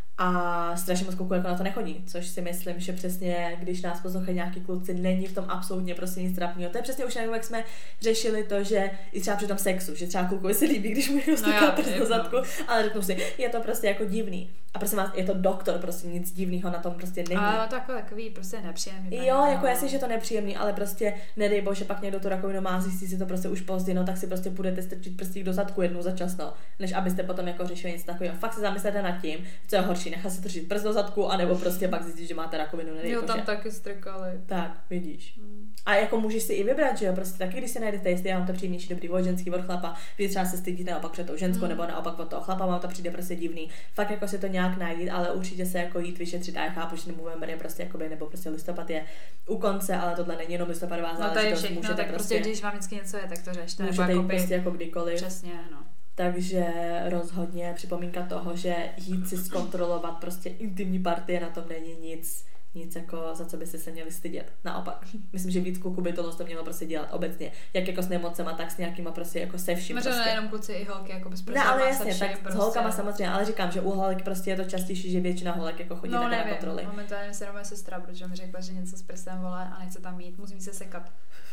A strašně moc kluků jako na to nechodí, což si myslím, že přesně, když nás poslouchají nějaký kluci, není v tom absolutně prostě nic trapného. To je přesně už jak jsme řešili to, že i třeba při tom sexu, že třeba klukovi se líbí, když mu někdo stýká prst do zadku, ale řeknu si, je to prostě jako divný. A prosím vás, je to doktor, prostě nic divného na tom prostě není. Ale to jako takový prostě nepříjemný. Jo, jako jasně, že to nepříjemný, ale prostě nedej bože, pak někdo tu rakovinu má, zjistí si to prostě už pozdě, no tak si prostě budete strčit prstík do zadku jednou za čas, no, než abyste potom jako řešili nic takového. Fakt se zamyslete nad tím, co je horší, nechat si strčit prst do zadku, anebo prostě pak zjistit, že máte rakovinu, nedej jo, bože. tam taky strkali. Tak, vidíš. Hmm. A jako můžeš si i vybrat, že jo, prostě taky, když si najdete, jestli já mám to příjemnější dobrý od ženský, od chlapa, vy třeba se stydíte naopak před tou ženskou, hmm. nebo naopak od toho chlapa, vám to přijde prostě divný. Fakt jako si to nějak najít, ale určitě se jako jít vyšetřit a já chápu, že November je prostě jakoby, nebo prostě listopad je u konce, ale tohle není jenom listopadová záležitost. No to je všechno, můžete tak prostě, prostě, když vám vždycky něco je, tak to řešte. Můžete jít prostě jako kdykoliv. Přesně, no. Takže rozhodně připomínka toho, že jít si zkontrolovat prostě intimní partie, na tom není nic, nic jako za co byste se měli stydět. Naopak, myslím, že víc kluků by tohle to mělo prostě dělat obecně. Jak jako s nemocema, tak s nějakýma prostě jako se vším. Možná prostě. Nejenom kluci i holky, jako bez prostě. Ne, ale jasně, tak prostě. S holkama samozřejmě, ale říkám, že u holek prostě je to častější, že většina holek jako chodí no, na kontroly. Momentálně se moje sestra, protože mi řekla, že něco s prstem vole a nechce tam mít, musím se sekat.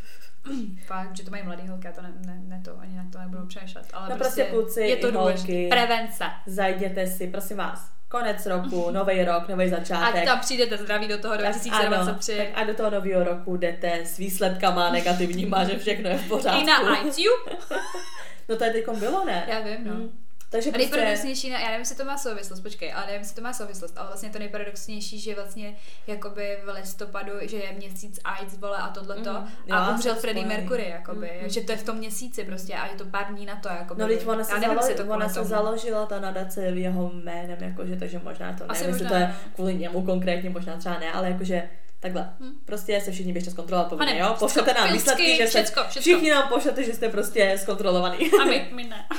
Fakt, že to mají mladý holky, já to ne, ne, ne to, ani na to nebudu přemýšlet. Ale no prostě, prostě kluci je to i holky. Prevence. Zajděte si, prosím vás. Konec roku, nový rok, nový začátek. Ať tam přijdete zdraví do toho dva tisíce dvacet tři. Tak a do toho nového roku jdete s výsledkama negativníma, že všechno je v pořádku. I na iTunes? No to je teďkom bylo, ne? Já vím, no. Hmm. Takže a nejparadoxnější, já nevím, jestli to má souvislost, počkej, ale nevím, jestli to má souvislost, ale vlastně to nejparadoxnější, že vlastně jakoby v listopadu, že je měsíc AIDS, vole, a tohleto, mm, a umřel Freddie Mercury, jakoby, mm, že to je v tom měsíci prostě a je to pár dní na to, jakoby. No, teď ona se, nevím, zalo- to ona se založila ta nadace v jeho jménem, jakože, takže možná to nevím, jestli to je kvůli němu konkrétně, možná třeba ne, ale jakože takhle, hmm. prostě se všichni běžte zkontrolovat po mě, jo? Pošlete nám výsledky, že všecko, všecko. Všichni nám pošlete, že jste prostě zkontrolovaný. A my, my ne.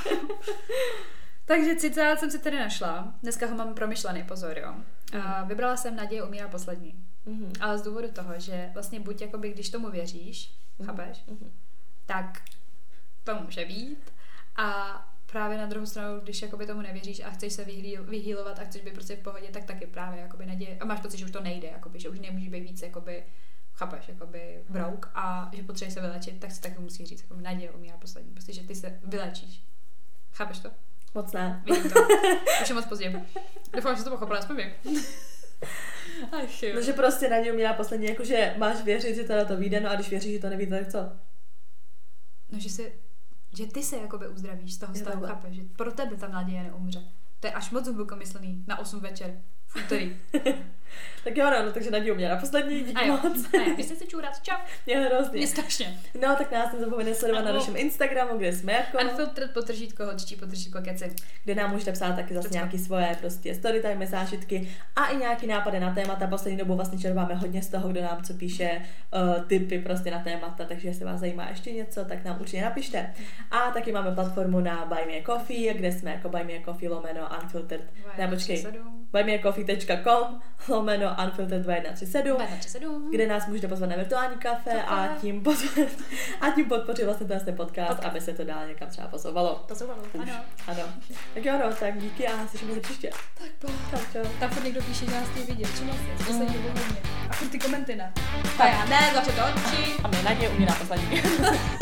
Takže citát jsem si tady našla. Dneska ho mám promyšlený, pozor, jo. Mm. A vybrala jsem Naděje umírá poslední. Mm. Ale z důvodu toho, že vlastně buď jakoby, když tomu věříš, mm. chápeš, mm. tak to může být. A právě na druhou stranu, když jakoby tomu nevěříš a chceš se vyhýlovat a chceš být prostě v pohodě, tak taky právě jakoby naděje. A máš pocit, že už to nejde, jakoby, že už nemůžeš být víc jakoby, chápeš, jakoby brouk a že potřebuješ se vylečit, tak si taky musí říct, jakoby naděje umírá poslední, prostě, že ty se vylečíš. Chápeš to? Moc ne. Vidím to. Už je moc pozdě. Doufám, že to pochopila, aspoň vím. Ach, jo. No, že prostě naděje umírá poslední, jakože máš věřit, že teda to vyjde, no a když věříš, že to nevíte, tak co? No, že si, že ty se jakoby uzdravíš z toho stavu, chápeš, že pro tebe ta naděje neumře. To je až moc hlubokомyslný na osm večer. V úterý. Tak jo, no, takže naději umírá poslední, díky moc. A jo, vy jste si čůrat, čau. Je hrozně. Je strašně. No, tak nás nezapomeňte sledovat na našem Instagramu, kde jsme jako... Unfiltered potržítko, hodčí potržítko keci. Kde nám můžete psát taky zase nějaký svoje prostě storytime zážitky a i nějaký nápady na témata. Poslední dobou vlastně čerpáme hodně z toho, kdo nám co píše uh, tipy prostě na témata, takže jestli vás zajímá ještě něco, tak nám určitě napište. A taky máme platformu na Buy Me a Coffee, kde jsme jako Buy Me a Coffee lomeno Unfiltered. Ne, počkej. buy me a coffee tečka com lomeno Unfiltered dva jedna tři sedm, kde nás můžete pozvat na virtuální kafe a tím, pozvat, a tím podpořit vlastně ten podcast, podcast, aby se to dál někam třeba posouvalo. Posouvalo, ano. Ano. Tak jo, no, tak díky a slyšíme se příště. Tak po. Tak čau. Tam furt někdo píše, že nás chtějí vidět, co vlastně, to se dělo hodně. A furt ty komenty ne. A já ne, zase to očí. A mě naděje umírá poslední.